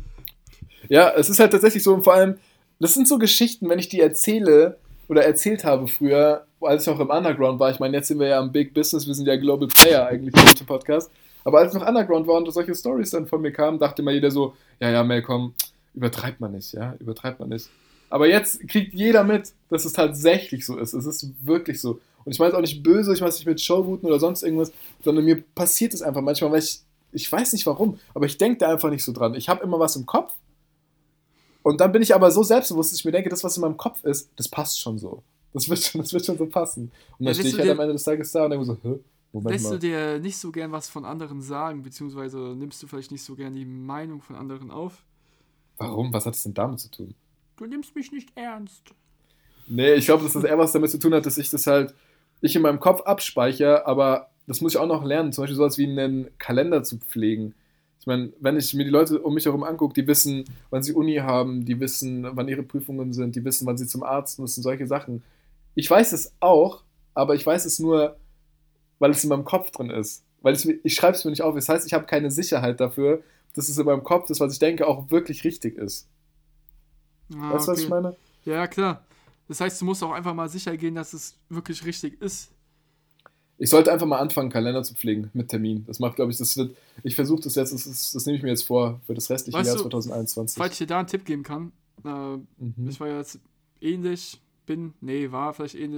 Ja, es ist halt tatsächlich so, und vor allem, das sind so Geschichten, wenn ich die erzähle oder erzählt habe früher, als ich noch im Underground war. Ich meine, jetzt sind wir ja am Big Business, wir sind ja Global Player eigentlich mit dem Podcast. Aber als ich noch Underground war und solche Stories dann von mir kamen, dachte immer jeder so, ja, ja, Mel, komm, übertreibt man nicht, ja, übertreibt man nicht. Aber jetzt kriegt jeder mit, dass es tatsächlich so ist. Es ist wirklich so. Und ich meine es auch nicht böse, ich meine es nicht mit Showrouten oder sonst irgendwas, sondern mir passiert es einfach manchmal, weil ich, ich weiß nicht warum, aber ich denke da einfach nicht so dran. Ich habe immer was im Kopf und dann bin ich aber so selbstbewusst, dass ich mir denke, das, was in meinem Kopf ist, das passt schon so. Das wird schon, das wird schon so passen. Und dann Ja, stehe lässt ich du halt dir- am Ende des Tages da und denke so, hä, Moment Lässt du mal. dir nicht so gern was von anderen sagen, beziehungsweise nimmst du vielleicht nicht so gern die Meinung von anderen auf? Warum? Was hat es denn damit zu tun? Du nimmst mich nicht ernst. Nee, ich glaube, dass das eher was damit zu tun hat, dass ich das halt, ich in meinem Kopf abspeichere, aber das muss ich auch noch lernen, zum Beispiel sowas wie einen Kalender zu pflegen. Ich meine, wenn ich mir die Leute um mich herum angucke, die wissen, wann sie Uni haben, die wissen, wann ihre Prüfungen sind, die wissen, wann sie zum Arzt müssen, solche Sachen. Ich weiß es auch, aber ich weiß es nur, weil es in meinem Kopf drin ist. Weil ich, ich schreibe es mir nicht auf. Das heißt, ich habe keine Sicherheit dafür, dass es in meinem Kopf, das, was ich denke, auch wirklich richtig ist. Ah, Weißt du, was okay. ich meine? Ja, klar. Das heißt, du musst auch einfach mal sicher gehen, dass es wirklich richtig ist. Ich sollte einfach mal anfangen, Kalender zu pflegen mit Termin. Das macht, glaube ich, das wird. Ich versuche das jetzt, das, ist, das nehme ich mir jetzt vor für das restliche Weißt Jahr du, zwanzig einundzwanzig. Falls ich dir da einen Tipp geben kann, äh, Mhm. ich war ja jetzt ähnlich, bin, nee, war vielleicht ähnlich,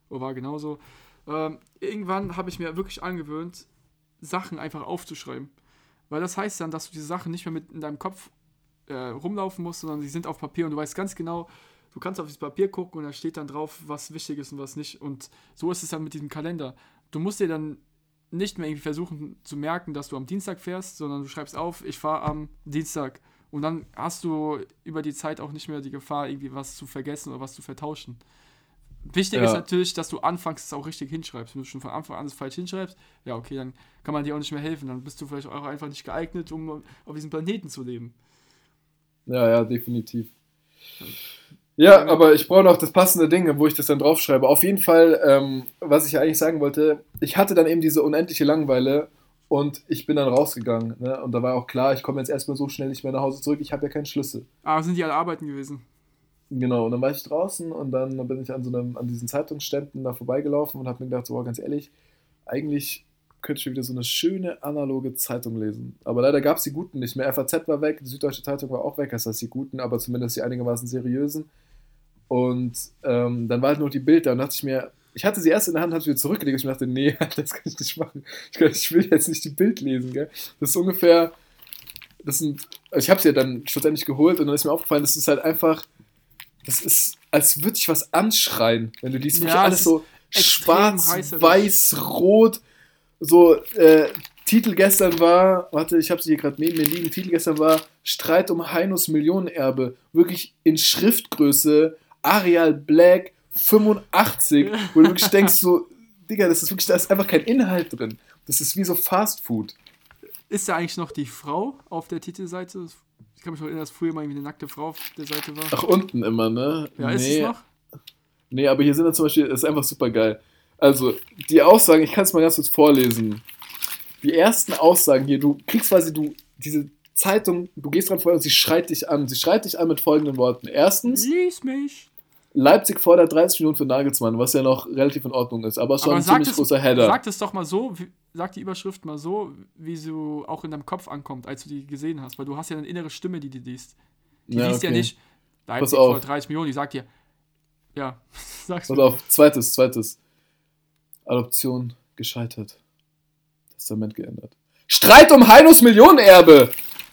Oder war genauso. Ähm, irgendwann habe ich mir wirklich angewöhnt, Sachen einfach aufzuschreiben. Weil das heißt dann, dass du diese Sachen nicht mehr mit in deinem Kopf äh, rumlaufen musst, sondern sie sind auf Papier und du weißt ganz genau, du kannst auf das Papier gucken und da steht dann drauf, was wichtig ist und was nicht. Und so ist es dann mit diesem Kalender. Du musst dir dann nicht mehr irgendwie versuchen zu merken, dass du am Dienstag fährst, sondern du schreibst auf, ich fahre am Dienstag. Und dann hast du über die Zeit auch nicht mehr die Gefahr, irgendwie was zu vergessen oder was zu vertauschen. Wichtig Ja. ist natürlich, dass du anfangs es auch richtig hinschreibst. Wenn du schon von Anfang an es falsch hinschreibst, ja okay, dann kann man dir auch nicht mehr helfen. Dann bist du vielleicht auch einfach nicht geeignet, um auf diesem Planeten zu leben. Ja, ja, definitiv. Ja, aber ich brauche noch das passende Ding, wo ich das dann draufschreibe. Auf jeden Fall, ähm, was ich eigentlich sagen wollte, ich hatte dann eben diese unendliche Langeweile und ich bin dann rausgegangen. Ne? Und da war auch klar, ich komme jetzt erstmal so schnell nicht mehr nach Hause zurück, ich habe ja keinen Schlüssel. Aber sind die alle arbeiten gewesen? Genau, und dann war ich draußen und dann bin ich an so einem, an diesen Zeitungsständen da vorbeigelaufen und habe mir gedacht, so, oh, ganz ehrlich, eigentlich könnte ich wieder so eine schöne analoge Zeitung lesen. Aber leider gab es die guten nicht mehr. F A Z war weg, die Süddeutsche Zeitung war auch weg, das heißt die guten, aber zumindest die einigermaßen seriösen. Und ähm, dann war halt nur die Bild da und dachte ich mir, ich hatte sie erst in der Hand, habe sie wieder zurückgelegt und ich mir dachte, nee, das kann ich nicht machen. Ich, ich will jetzt nicht die Bild lesen, gell? Das ist ungefähr, das sind, ich habe sie ja dann schlussendlich geholt und dann ist mir aufgefallen, das ist halt einfach, das ist, als würde ich was anschreien, wenn du liest, Ja, wirklich alles das so extrem schwarz, reißerisch. weiß, rot, so, äh, Titel gestern war, warte, ich habe sie hier gerade neben mir liegen, Titel gestern war Streit um Heinos Millionenerbe, wirklich in Schriftgröße, Arial Black fünfundachtzig, wo du wirklich denkst so, Digga, das ist wirklich, da ist einfach kein Inhalt drin. Das ist wie so Fast Food. Ist da eigentlich noch die Frau auf der Titelseite? Ich kann mich noch erinnern, dass früher mal irgendwie eine nackte Frau auf der Seite war. Ach, unten immer, ne? Ja, ist es noch? Nee, aber hier sind dann zum Beispiel, das ist einfach super geil. Also, die Aussagen, ich kann es mal ganz kurz vorlesen. Die ersten Aussagen hier, du kriegst quasi, du, diese Zeitung, du gehst dran vorher und sie schreit dich an. Sie schreit dich an mit folgenden Worten. Erstens, Lies mich. Leipzig fordert dreißig Millionen für Nagelsmann, was ja noch relativ in Ordnung ist, aber schon Aber ein sag ziemlich es, großer Header. sag es doch mal so, wie, sag die Überschrift mal so, wie sie auch in deinem Kopf ankommt, als du die gesehen hast. Weil du hast ja eine innere Stimme, die die liest. Die Ja, liest ja okay. nicht, Pass Leipzig auf. fordert dreißig Millionen, die sagt dir, ja, sag's Pass mir. auf, zweites, zweites. Adoption gescheitert. Testament geändert. Streit um Heinos Millionenerbe!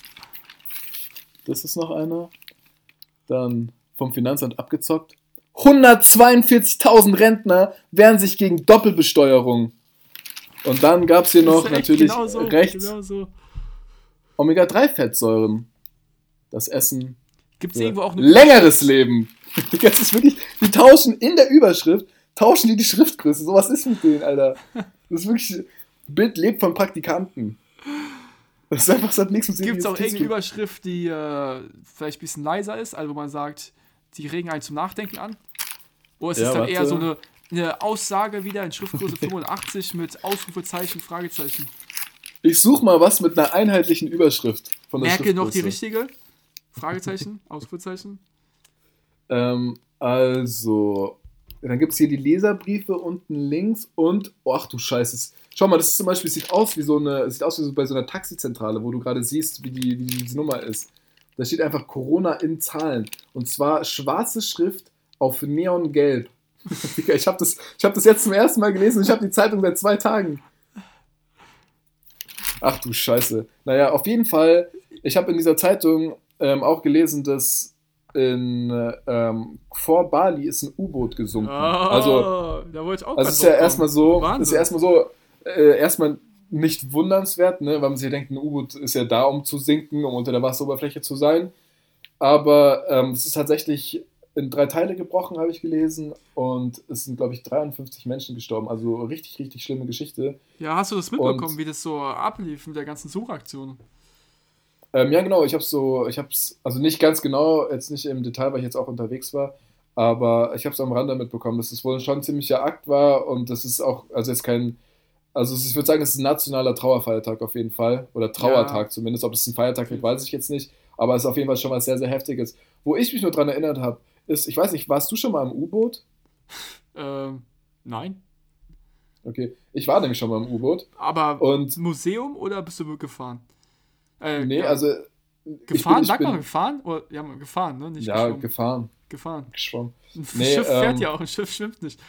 Das ist noch einer. Dann vom Finanzamt abgezockt. hundertzweiundvierzigtausend Rentner wehren sich gegen Doppelbesteuerung. Und dann gab es hier noch Das ist echt natürlich genau so, rechts genau so. Omega drei Fettsäuren. Das Essen Gibt's für irgendwo auch eine längeres Leben. Das ist wirklich, die tauschen in der Überschrift, tauschen die die Schriftgröße. So was ist mit denen, Alter. Das ist wirklich, Bild lebt von Praktikanten. Das ist einfach, das hat nichts mit Gibt es auch Seriosität irgendeine zu tun. Überschrift, die äh, vielleicht ein bisschen leiser ist, also wo man sagt, die regen einen zum Nachdenken an? Oder ist Ja, es dann warte. eher so eine, eine Aussage wieder in Schriftgröße fünfundachtzig mit Ausrufezeichen, Fragezeichen? Ich suche mal was mit einer einheitlichen Überschrift von der Merke noch die Schriftgröße. richtige? Fragezeichen, Ausrufezeichen? Ähm, also, dann gibt es hier die Leserbriefe unten links und, oh, ach du Scheiße. Schau mal, das ist zum Beispiel, sieht aus wie so eine, sieht aus wie so bei so einer Taxizentrale, wo du gerade siehst, wie die, wie die Nummer ist. Da steht einfach Corona in Zahlen. Und zwar schwarze Schrift auf Neongelb. Digga, ich habe das, ich hab das jetzt zum ersten Mal gelesen und ich habe die Zeitung seit zwei Tagen. Ach du Scheiße. Naja, auf jeden Fall, ich habe in dieser Zeitung ähm, auch gelesen, dass in, ähm, vor Bali ist ein U-Boot gesunken. Also, da wollte ich auch also grad ist ja drauf erstmal kommen. so, Wahnsinn. ist ja erstmal so, äh, erstmal nicht wundernswert, ne, weil man sich denkt, ein U-Boot ist ja da, um zu sinken, um unter der Wasseroberfläche zu sein. Aber ähm, es ist tatsächlich in drei Teile gebrochen, habe ich gelesen. Und es sind, glaube ich, dreiundfünfzig Menschen gestorben. Also richtig, richtig schlimme Geschichte. Ja, hast du das mitbekommen, Und- wie das so ablief mit der ganzen Suchaktion? Ähm, ja, genau, ich habe so, ich habe es, also nicht ganz genau, jetzt nicht im Detail, weil ich jetzt auch unterwegs war, aber ich habe es am Rande mitbekommen, dass es wohl schon ein ziemlicher Akt war und das ist auch, also jetzt kein, also es- ich würde sagen, es ist ein nationaler Trauerfeiertag auf jeden Fall, oder Trauertag Ja. zumindest, ob es ein Feiertag wird, weiß ich jetzt nicht, aber es ist auf jeden Fall schon was sehr, sehr Heftiges. Wo ich mich nur dran erinnert habe, ist, ich weiß nicht, warst du schon mal im U-Boot? Ähm, nein. Okay, ich war nämlich schon mal im U-Boot Aber und, Museum oder bist du gefahren? Äh, nee, ja. also, Gefahren, ich bin, ich sag bin, mal gefahren? Oder, ja, gefahren, ne? Nicht ja, geschwommen. gefahren, gefahren. geschwommen. Ein Nee, Schiff fährt ähm, ja auch, ein Schiff schwimmt nicht.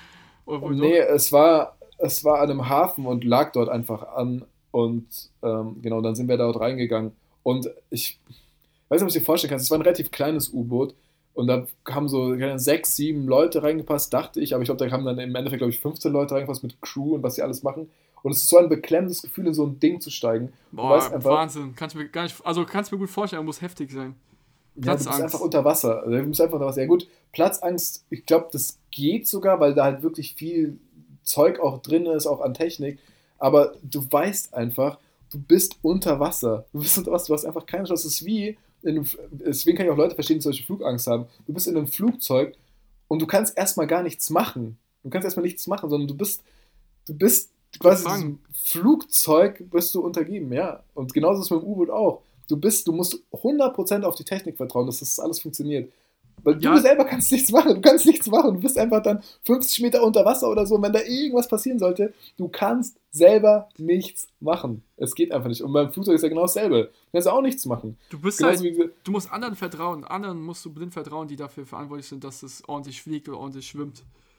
Oder wo Nee, doch? es war, es war an einem Hafen und lag dort einfach an. Und ähm, genau, dann sind wir dort reingegangen. Und ich weiß nicht, ob du dir vorstellen kannst, es war ein relativ kleines U-Boot. Und da kamen so keine Ahnung, sechs, sieben Leute reingepasst, dachte ich. Aber ich glaube, da kamen dann im Endeffekt, glaube ich, fünfzehn Leute reingepasst mit Crew und was sie alles machen. Und es ist so ein beklemmendes Gefühl, in so ein Ding zu steigen. Du weißt Boah, einfach, Wahnsinn. Kannst mir gar nicht, also kannst mir gut vorstellen, muss heftig sein. ja, du bist einfach Platzangst. unter Wasser. Also, du bist einfach unter Wasser. Ja gut, Platzangst, ich glaube, das geht sogar, weil da halt wirklich viel Zeug auch drin ist, auch an Technik. Aber du weißt einfach, du bist unter Wasser. Du bist unter Wasser, du hast einfach keine Chance. Es ist wie, in einem, deswegen kann ich auch Leute verstehen, die solche Flugangst haben. Du bist in einem Flugzeug und du kannst erstmal gar nichts machen. Du kannst erstmal nichts machen, sondern du bist, du bist quasi Gefangen. diesem Flugzeug bist du untergeben, ja. Und genauso ist es mit dem U-Boot auch. Du bist, du musst hundert Prozent auf die Technik vertrauen, dass das alles funktioniert. Weil du Ja, selber kannst nichts machen. Du kannst nichts machen. Du bist einfach dann fünfzig Meter unter Wasser oder so. Und wenn da irgendwas passieren sollte, du kannst selber nichts machen. Es geht einfach nicht. Und beim Flugzeug ist ja genau dasselbe. Du kannst ja auch nichts machen. du bist Genauso halt, wie, du musst anderen vertrauen. Anderen musst du blind vertrauen, die dafür verantwortlich sind, dass es ordentlich fliegt oder ordentlich schwimmt.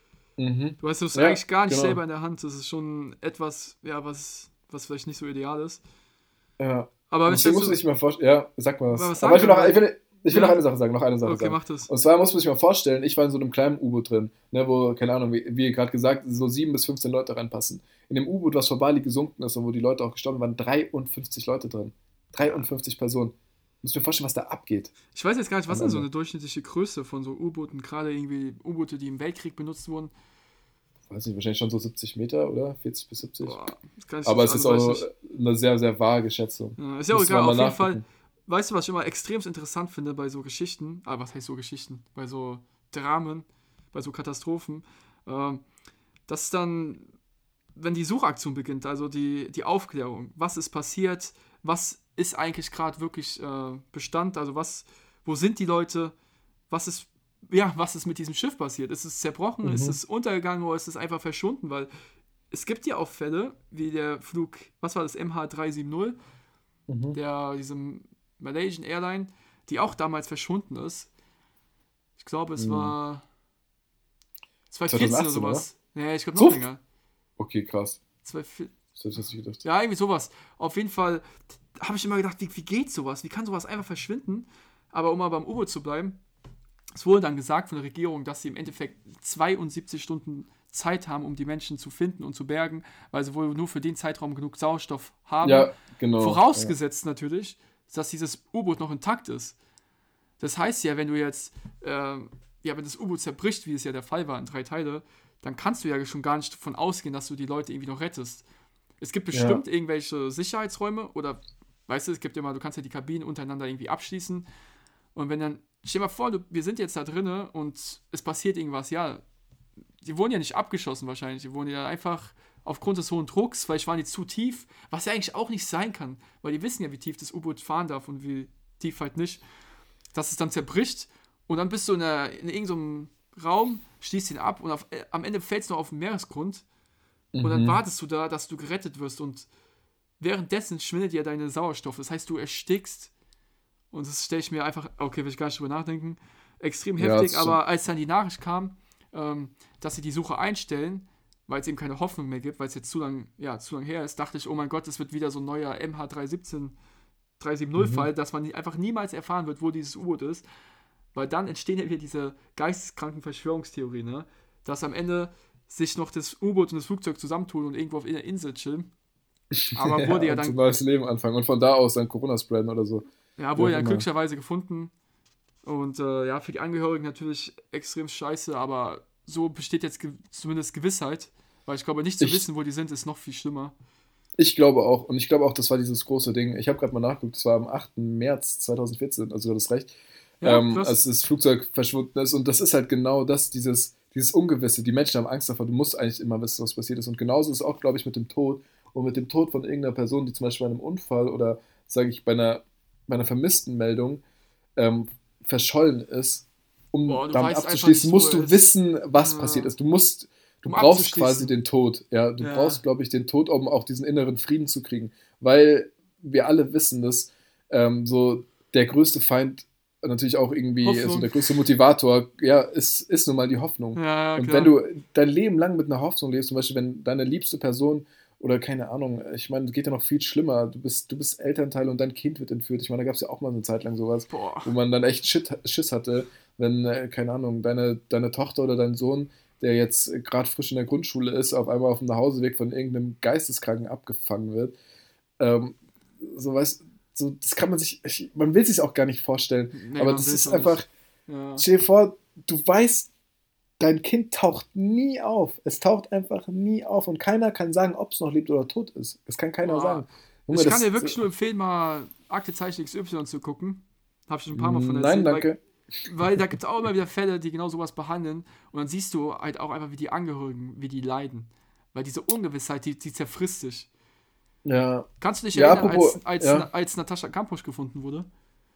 mhm. Du hast es Ja, eigentlich gar nicht genau. selber in der Hand. Das ist schon etwas, ja, was, was vielleicht nicht so ideal ist. Ja. Aber Und wenn ich deswegen das muss so, man sich mal vorstellen. Ja, sag mal was. mal was Aber ich will, sagen noch, kann, ich will, ich will ja. noch eine Sache sagen. Noch eine Sache Okay, sagen. mach das. Und zwar muss man sich mal vorstellen, ich war in so einem kleinen U-Boot drin, ne, wo, keine Ahnung, wie, wie gerade gesagt, so sieben bis fünfzehn Leute reinpassen. In dem U-Boot, was vor Bali gesunken ist und wo die Leute auch gestorben waren, dreiundfünfzig Leute drin. dreiundfünfzig Personen. Muss mir vorstellen, was da abgeht. Ich weiß jetzt gar nicht, was Am ist so Ende. eine durchschnittliche Größe von so U-Booten, gerade irgendwie U-Boote, die im Weltkrieg benutzt wurden. Weiß nicht, wahrscheinlich schon so siebzig Meter, oder? vierzig bis siebzig. Boah, das kann ich Aber jetzt- es ist also auch weiß nicht. eine sehr, sehr vage Schätzung. Ja, ist ja auch Müsste egal, man auf mal jeden Fall. nachgucken. Weißt du, was ich immer extrem interessant finde bei so Geschichten? Ah, was heißt so Geschichten? Bei so Dramen, bei so Katastrophen. Ähm, dass dann, wenn die Suchaktion beginnt, also die, die Aufklärung, was ist passiert, was ist eigentlich gerade wirklich äh, Bestand, also was, wo sind die Leute, was ist, ja, was ist mit diesem Schiff passiert? Ist es zerbrochen, Mhm. ist es untergegangen oder ist es einfach verschwunden? Weil es gibt ja auch Fälle, wie der Flug, was war das, M H drei sieben null, Mhm. der, diesem Malaysian Airline, die auch damals verschwunden ist. Ich glaube, es Hm. war zweitausendvierzehn oder zweitausendachtzehn, sowas. Nee, ich glaube So noch f- länger. Okay, krass. zweitausendvierzehn Das hätte ich jetzt nicht gedacht. Ja, irgendwie sowas. Auf jeden Fall habe ich immer gedacht, wie, wie geht sowas? Wie kann sowas einfach verschwinden? Aber um mal beim U-Boot zu bleiben, es wurde dann gesagt von der Regierung, dass sie im Endeffekt zweiundsiebzig Stunden Zeit haben, um die Menschen zu finden und zu bergen, weil sie wohl nur für den Zeitraum genug Sauerstoff haben. Ja, genau. Vorausgesetzt natürlich, dass dieses U-Boot noch intakt ist. Das heißt ja, wenn du jetzt, ähm, ja, wenn das U-Boot zerbricht, wie es ja der Fall war in drei Teile, dann kannst du ja schon gar nicht davon ausgehen, dass du die Leute irgendwie noch rettest. Es gibt bestimmt irgendwelche Sicherheitsräume oder, weißt du, es gibt immer, du kannst ja die Kabinen untereinander irgendwie abschließen und wenn dann, stell dir mal vor, du, wir sind jetzt da drinnen und es passiert irgendwas, ja, die wurden ja nicht abgeschossen wahrscheinlich, die wurden ja einfach aufgrund des hohen Drucks, vielleicht waren die zu tief, was ja eigentlich auch nicht sein kann, weil die wissen ja, wie tief das U-Boot fahren darf und wie tief halt nicht, dass es dann zerbricht und dann bist du in, einer, in irgendeinem Raum, schließt ihn ab und auf, äh, am Ende fällst du noch auf den Meeresgrund Ja. und dann Mhm. wartest du da, dass du gerettet wirst und währenddessen schwindet ja deine Sauerstoff, das heißt, du erstickst und das stelle ich mir einfach, okay, will ich gar nicht drüber nachdenken, extrem Ja, heftig, das stimmt. aber als dann die Nachricht kam, ähm, dass sie die Suche einstellen, weil es eben keine Hoffnung mehr gibt, weil es jetzt zu lang, ja, zu lang her ist, dachte ich, oh mein Gott, das wird wieder so ein neuer M H drei siebzehn drei sieben null Fall, dass man nie- einfach niemals erfahren wird, wo dieses U-Boot ist, weil dann entstehen ja wieder diese geisteskranken Verschwörungstheorien, ne? Dass am Ende sich noch das U-Boot und das Flugzeug zusammentun und irgendwo auf einer Insel chillen. Aber wurde ja und so dann, ein neues Leben anfangen und von da aus dann Corona spreaden oder so. ja, wie wurde auch ja immer. glücklicherweise gefunden. Und äh, ja, für die Angehörigen natürlich extrem scheiße, aber so besteht jetzt ge zumindest Gewissheit, weil ich glaube, nicht zu Ich- wissen, wo die sind, ist noch viel schlimmer. Ich glaube auch. Und ich glaube auch, das war dieses große Ding. Ich habe gerade mal nachgeguckt, das war am achten März zweitausendvierzehn, also du hast recht, Ja, ähm, krass. als das Flugzeug verschwunden ist. Und das ist halt genau das, dieses, dieses Ungewisse. Die Menschen haben Angst davor, du musst eigentlich immer wissen, was passiert ist. Und genauso ist es auch, glaube ich, mit dem Tod. Und mit dem Tod von irgendeiner Person, die zum Beispiel bei einem Unfall oder, sage ich, bei einer, bei einer vermissten Meldung ähm, verschollen ist, um Boah, du damit weißt einfach abzuschließen, nicht, musst wo du er ist. wissen, was Ja. passiert ist. Du musst, du Um brauchst abzuschließen. quasi den Tod. Ja, du Ja. brauchst, glaube ich, den Tod, um auch diesen inneren Frieden zu kriegen. Weil wir alle wissen, dass ähm, so der größte Feind natürlich auch irgendwie Hoffnung. so der größte Motivator, ja, ist, ist nun mal die Hoffnung. Ja, ja, Und klar. wenn du dein Leben lang mit einer Hoffnung lebst, zum Beispiel, wenn deine liebste Person oder keine Ahnung, ich meine, es geht ja noch viel schlimmer, du bist, du bist Elternteil und dein Kind wird entführt. Ich meine, da gab es ja auch mal so eine Zeit lang sowas, Boah. wo man dann echt Shit, Schiss hatte, wenn, äh, keine Ahnung, deine, deine Tochter oder dein Sohn, der jetzt gerade frisch in der Grundschule ist, auf einmal auf dem Nachhauseweg von irgendeinem Geisteskranken abgefangen wird. Ähm, so weißt so, das kann man sich, ich, man will sich auch gar nicht vorstellen, Nee, aber man das will's ist auch einfach, nicht. Ja. stell dir vor, du weißt, dein Kind taucht nie auf. Es taucht einfach nie auf und keiner kann sagen, ob es noch lebt oder tot ist. Das kann keiner Boah. sagen. Junge, Ich das- kann dir wirklich nur empfehlen, mal Aktenzeichen X Y zu gucken. Habe ich schon ein paar Mal von Nein, erzählt. danke. Weil, weil da gibt es auch immer wieder Fälle, die genau sowas behandeln. Und dann siehst du halt auch einfach, wie die Angehörigen, wie die leiden. Weil diese Ungewissheit, die, die zerfrisst dich. Ja, Kannst du dich Ja, erinnern, apropos, als, als, ja. als Natascha Kampusch gefunden wurde?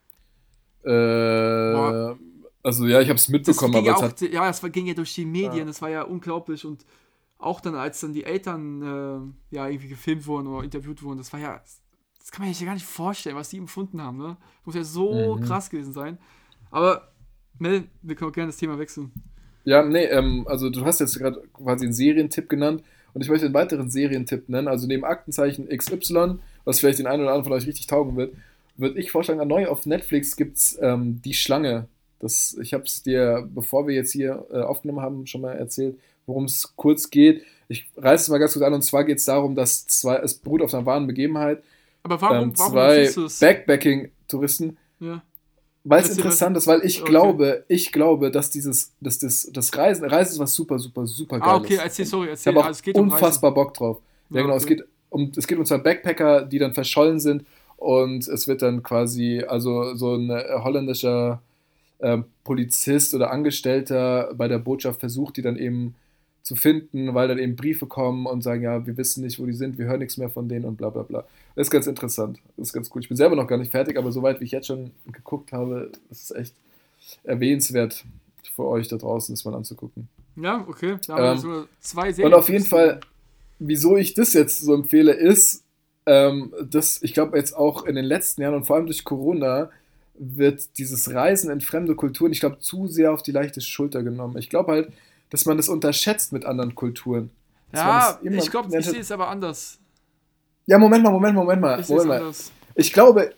äh, also ja, ich habe es Das mitbekommen, ging ja, aber es auch, hat, ja, das war- ging ja durch die Medien, Ja. das war ja unglaublich. Und auch dann, als dann die Eltern äh, ja irgendwie gefilmt wurden oder interviewt wurden, das war ja, das kann man sich ja gar nicht vorstellen, was die empfunden haben, ne? Das muss ja so Mhm. krass gewesen sein. Aber, Mel, wir können auch gerne das Thema wechseln. ja, nee, ähm, also du hast jetzt gerade quasi einen Serientipp genannt und ich möchte einen weiteren Serientipp nennen. Also neben Aktenzeichen X Y, was vielleicht den einen oder anderen von euch richtig taugen wird, würde ich vorschlagen, neu auf Netflix gibt es ähm, Die Schlange. Das, ich habe es dir, bevor wir jetzt hier äh, aufgenommen haben, schon mal erzählt, worum es kurz geht. Ich reiße es mal ganz kurz an und zwar geht es darum, dass zwei, es beruht auf einer wahren Begebenheit, Aber warum, ähm, warum zwei empfiehlst du es? Backpacking-Touristen. Ja. Weil es Erzähl, interessant ist, weil ich okay. glaube, ich glaube, dass dieses, dass das, das Reisen, Reisen ist was super, super, super Ah, okay, geiles. erzähl, sorry, Ich erzähl. habe auch Also, es geht um unfassbar Bock drauf. Ja, Ja, genau, okay. es geht um, es geht um zwei Backpacker, die dann verschollen sind und es wird dann quasi, also so ein äh, holländischer ähm, Polizist oder Angestellter bei der Botschaft versucht, die dann eben zu finden, weil dann eben Briefe kommen und sagen, ja, wir wissen nicht, wo die sind, wir hören nichts mehr von denen und bla bla bla. Das ist ganz interessant, das ist ganz cool. Ich bin selber noch gar nicht fertig, aber soweit wie ich jetzt schon geguckt habe, ist es echt erwähnenswert für euch da draußen, das mal anzugucken. Reisen. Ja, okay. Da haben wir Ähm, so zwei Serien. Und auf jeden Fall, wieso ich das jetzt so empfehle, ist, ähm, dass ich glaube jetzt auch in den letzten Jahren und vor allem durch Corona wird dieses Reisen in fremde Kulturen, ich glaube, zu sehr auf die leichte Schulter genommen. Ich glaube halt, dass man das unterschätzt mit anderen Kulturen. Dass man Ja, das immer- ich glaube, ich sehe es aber anders. Ja, Moment mal, Moment, Moment mal. Ich sehe es Moment mal. anders. Ich glaube,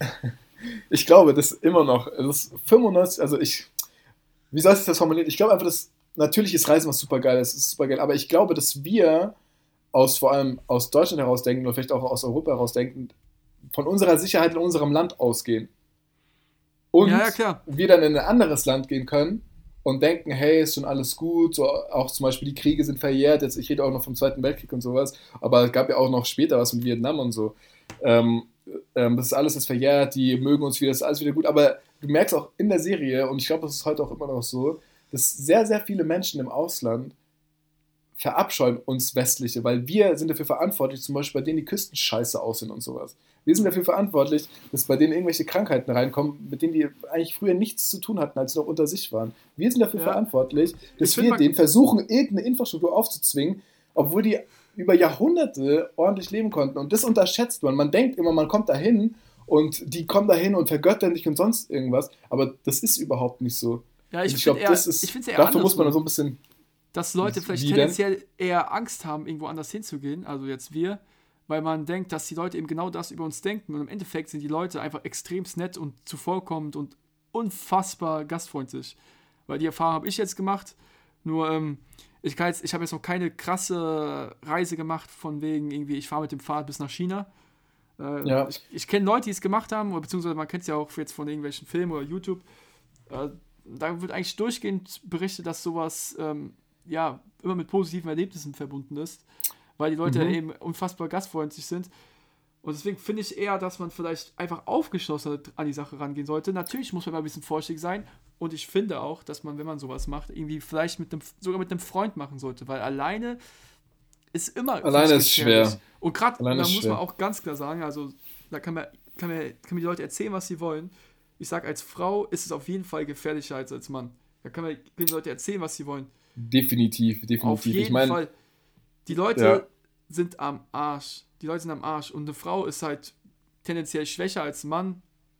ich glaube, dass immer noch, das ist fünfundneunzig, also ich, wie soll ich das formulieren? Ich glaube einfach, dass, natürlich ist Reisen was super geil, es ist super geil, aber ich glaube, dass wir aus, vor allem aus Deutschland heraus denken oder vielleicht auch aus Europa heraus denken, von unserer Sicherheit in unserem Land ausgehen. Und Ja, ja, klar. wir dann in ein anderes Land gehen können und denken, hey, ist schon alles gut, so auch zum Beispiel die Kriege sind verjährt, jetzt ich rede auch noch vom Zweiten Weltkrieg und sowas, aber es gab ja auch noch später was mit Vietnam und so. Ähm, ähm, das ist alles jetzt verjährt, die mögen uns wieder, das ist alles wieder gut, aber du merkst auch in der Serie, und ich glaube, das ist heute auch immer noch so, dass sehr, sehr viele Menschen im Ausland verabscheuen uns Westliche, weil wir sind dafür verantwortlich, zum Beispiel bei denen die Küsten scheiße aussehen und sowas. Wir sind dafür verantwortlich, dass bei denen irgendwelche Krankheiten reinkommen, mit denen die eigentlich früher nichts zu tun hatten, als sie noch unter sich waren. Wir sind dafür Ja. verantwortlich, dass Ich find, wir man- denen versuchen, irgendeine Infrastruktur aufzuzwingen, obwohl die über Jahrhunderte ordentlich leben konnten. Und das unterschätzt man. Man denkt immer, man kommt dahin und die kommen dahin und vergöttern dich und sonst irgendwas. Aber das ist überhaupt nicht so. Ja, Und ich, ich finde glaube, eher, das ist, ich finde es eher dafür muss man andersrum. so ein bisschen. Dass Leute vielleicht Wie denn? tendenziell eher Angst haben, irgendwo anders hinzugehen, also jetzt wir, weil man denkt, dass die Leute eben genau das über uns denken und im Endeffekt sind die Leute einfach extrem nett und zuvorkommend und unfassbar gastfreundlich. Weil die Erfahrung habe ich jetzt gemacht, nur ähm, ich, kann jetzt, ich habe jetzt noch keine krasse Reise gemacht von wegen irgendwie, ich fahre mit dem Fahrrad bis nach China. Äh, Ja. Ich, ich kenne Leute, die es gemacht haben, oder beziehungsweise man kennt es ja auch jetzt von irgendwelchen Filmen oder YouTube. Äh, da wird eigentlich durchgehend berichtet, dass sowas ähm, ja immer mit positiven Erlebnissen verbunden ist, weil die Leute Mhm. eben unfassbar gastfreundlich sind. Und deswegen finde ich eher, dass man vielleicht einfach aufgeschlossen an die Sache rangehen sollte. Natürlich muss man mal ein bisschen vorsichtig sein. Und ich finde auch, dass man, wenn man sowas macht, irgendwie vielleicht mit einem, sogar mit einem Freund machen sollte, weil alleine ist immer Alleine fast ist gefährlich. schwer. Und gerade, da Alleine ist muss man schwer. auch ganz klar sagen, also da kann man, kann man, kann man die Leute erzählen, was sie wollen. Ich sage, als Frau ist es auf jeden Fall gefährlicher als als Mann. Da kann man können die Leute erzählen, was sie wollen. Definitiv, definitiv. Auf jeden ich meine, Fall. Die Leute Ja. sind am Arsch. Die Leute sind am Arsch. Und eine Frau ist halt tendenziell schwächer als ein Mann.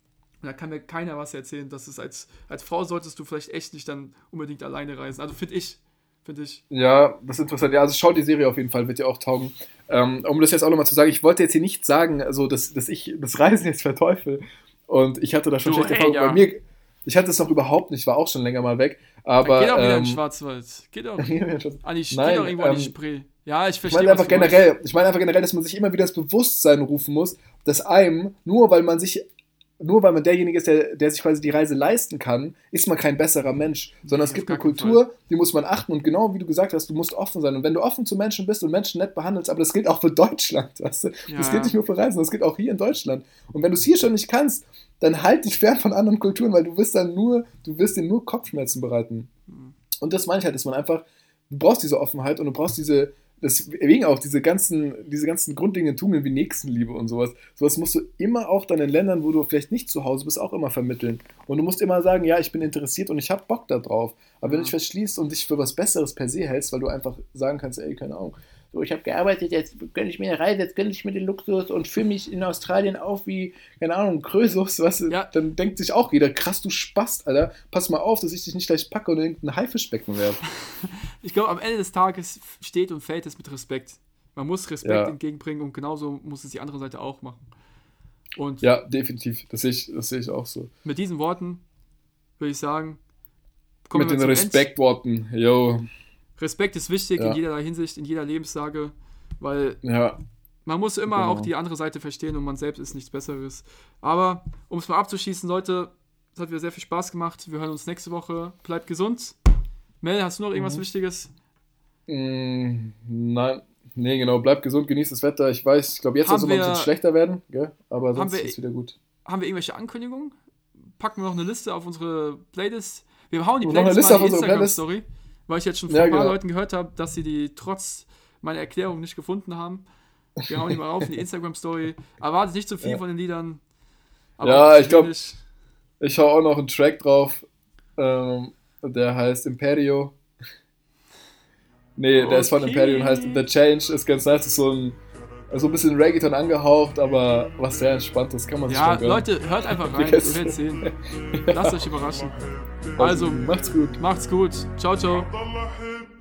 Und da kann mir keiner was erzählen, dass es als, als Frau solltest du vielleicht echt nicht dann unbedingt alleine reisen. Also finde ich, finde ich. Ja, das ist interessant. Ja, also schau die Serie auf jeden Fall, wird dir auch taugen. Ähm, um das jetzt auch nochmal zu sagen, ich wollte jetzt hier nicht sagen, also, dass, dass ich das Reisen jetzt verteufel. Und ich hatte da schon Du schlechte Erfahrungen. Hater. Bei mir, ich hatte es noch überhaupt nicht, war auch schon länger mal weg. Aber, Geht auch wieder ähm, in den Schwarzwald. Geht auch, an die, Nein, geht auch irgendwo an die ähm, Spree. Ja, ich Ich verstehe, meine einfach was du meinst. generell, ich meine einfach generell, dass man sich immer wieder das Bewusstsein rufen muss, dass einem, nur weil man sich, nur weil man derjenige ist, der, der sich quasi die Reise leisten kann, ist man kein besserer Mensch. Sondern es Auf gibt gar eine keinen Kultur, die muss man achten und genau wie du gesagt hast, du musst offen sein. Und wenn du offen zu Menschen bist und Menschen nett behandelst, aber das gilt auch für Deutschland, weißt du? Ja. Das gilt nicht nur für Reisen, das gilt auch hier in Deutschland. Und wenn du es hier schon nicht kannst, dann halt dich fern von anderen Kulturen, weil du wirst dann nur, du wirst dir nur Kopfschmerzen bereiten. Und das meine ich halt, dass man einfach, du brauchst diese Offenheit und du brauchst diese, deswegen auch diese ganzen, diese ganzen grundlegenden Tugenden wie Nächstenliebe und sowas. Sowas musst du immer auch dann in Ländern, wo du vielleicht nicht zu Hause bist, auch immer vermitteln. Und du musst immer sagen, ja, ich bin interessiert und ich habe Bock da drauf. Aber wenn du dich verschließt und dich für was Besseres per se hältst, weil du einfach sagen kannst, ey, keine Ahnung, so, ich habe gearbeitet, jetzt gönne ich mir eine Reise, jetzt gönne ich mir den Luxus und fühle mich in Australien auf wie, keine Ahnung, Krösus, was, Ja. dann denkt sich auch jeder, krass, du Spast, Alter, pass mal auf, dass ich dich nicht gleich packe und in irgendein Haifischbecken werfe. Ich glaube, am Ende des Tages steht und fällt es mit Respekt. Man muss Respekt Ja. entgegenbringen und genauso muss es die andere Seite auch machen. Und Ja, definitiv, das sehe ich, das sehe ich auch so. mit diesen Worten würde ich sagen, Mit wir den zum Respektworten, yo, End. Respekt ist wichtig Ja. in jeder Hinsicht, in jeder Lebenslage, weil ja, man muss immer Genau. auch die andere Seite verstehen und man selbst ist nichts Besseres. Aber um es mal abzuschließen, Leute, es hat wieder sehr viel Spaß gemacht. Wir hören uns nächste Woche. Bleibt gesund. Mel, hast du noch irgendwas Mhm. Wichtiges? Mm, nein, nee, genau, bleib gesund, genieß das Wetter. Ich weiß, ich glaube, jetzt Haben soll es mal ein wir- bisschen schlechter werden, gell? Aber Haben sonst wir- ist es wieder gut. Haben wir irgendwelche Ankündigungen? Packen wir noch eine Liste auf unsere Playlist. Wir hauen die Noch eine Playlist Liste mal in auf die unsere Playlist. Instagram-Story, weil ich jetzt schon von Ja, ein paar genau. Leuten gehört habe, dass sie die trotz meiner Erklärung nicht gefunden haben. Wir hauen die mal rauf in die Instagram-Story. Erwartet nicht zu viel Ja. von den Liedern. Ja, auch nicht ich glaub- wenig. Ich hau auch noch einen Track drauf, ähm, der heißt Imperio. Nee, der ist von Okay. Imperio und heißt The Change, ist ganz nice, ist so ein, so ein bisschen Reggaeton angehaucht, aber was sehr entspanntes, kann man sich Ja, schon gönnen. Leute, hört einfach rein. Ihr Vergesst. werdet sehen. Lasst euch überraschen. Also, macht's gut. macht's gut. Ciao, ciao. الله حب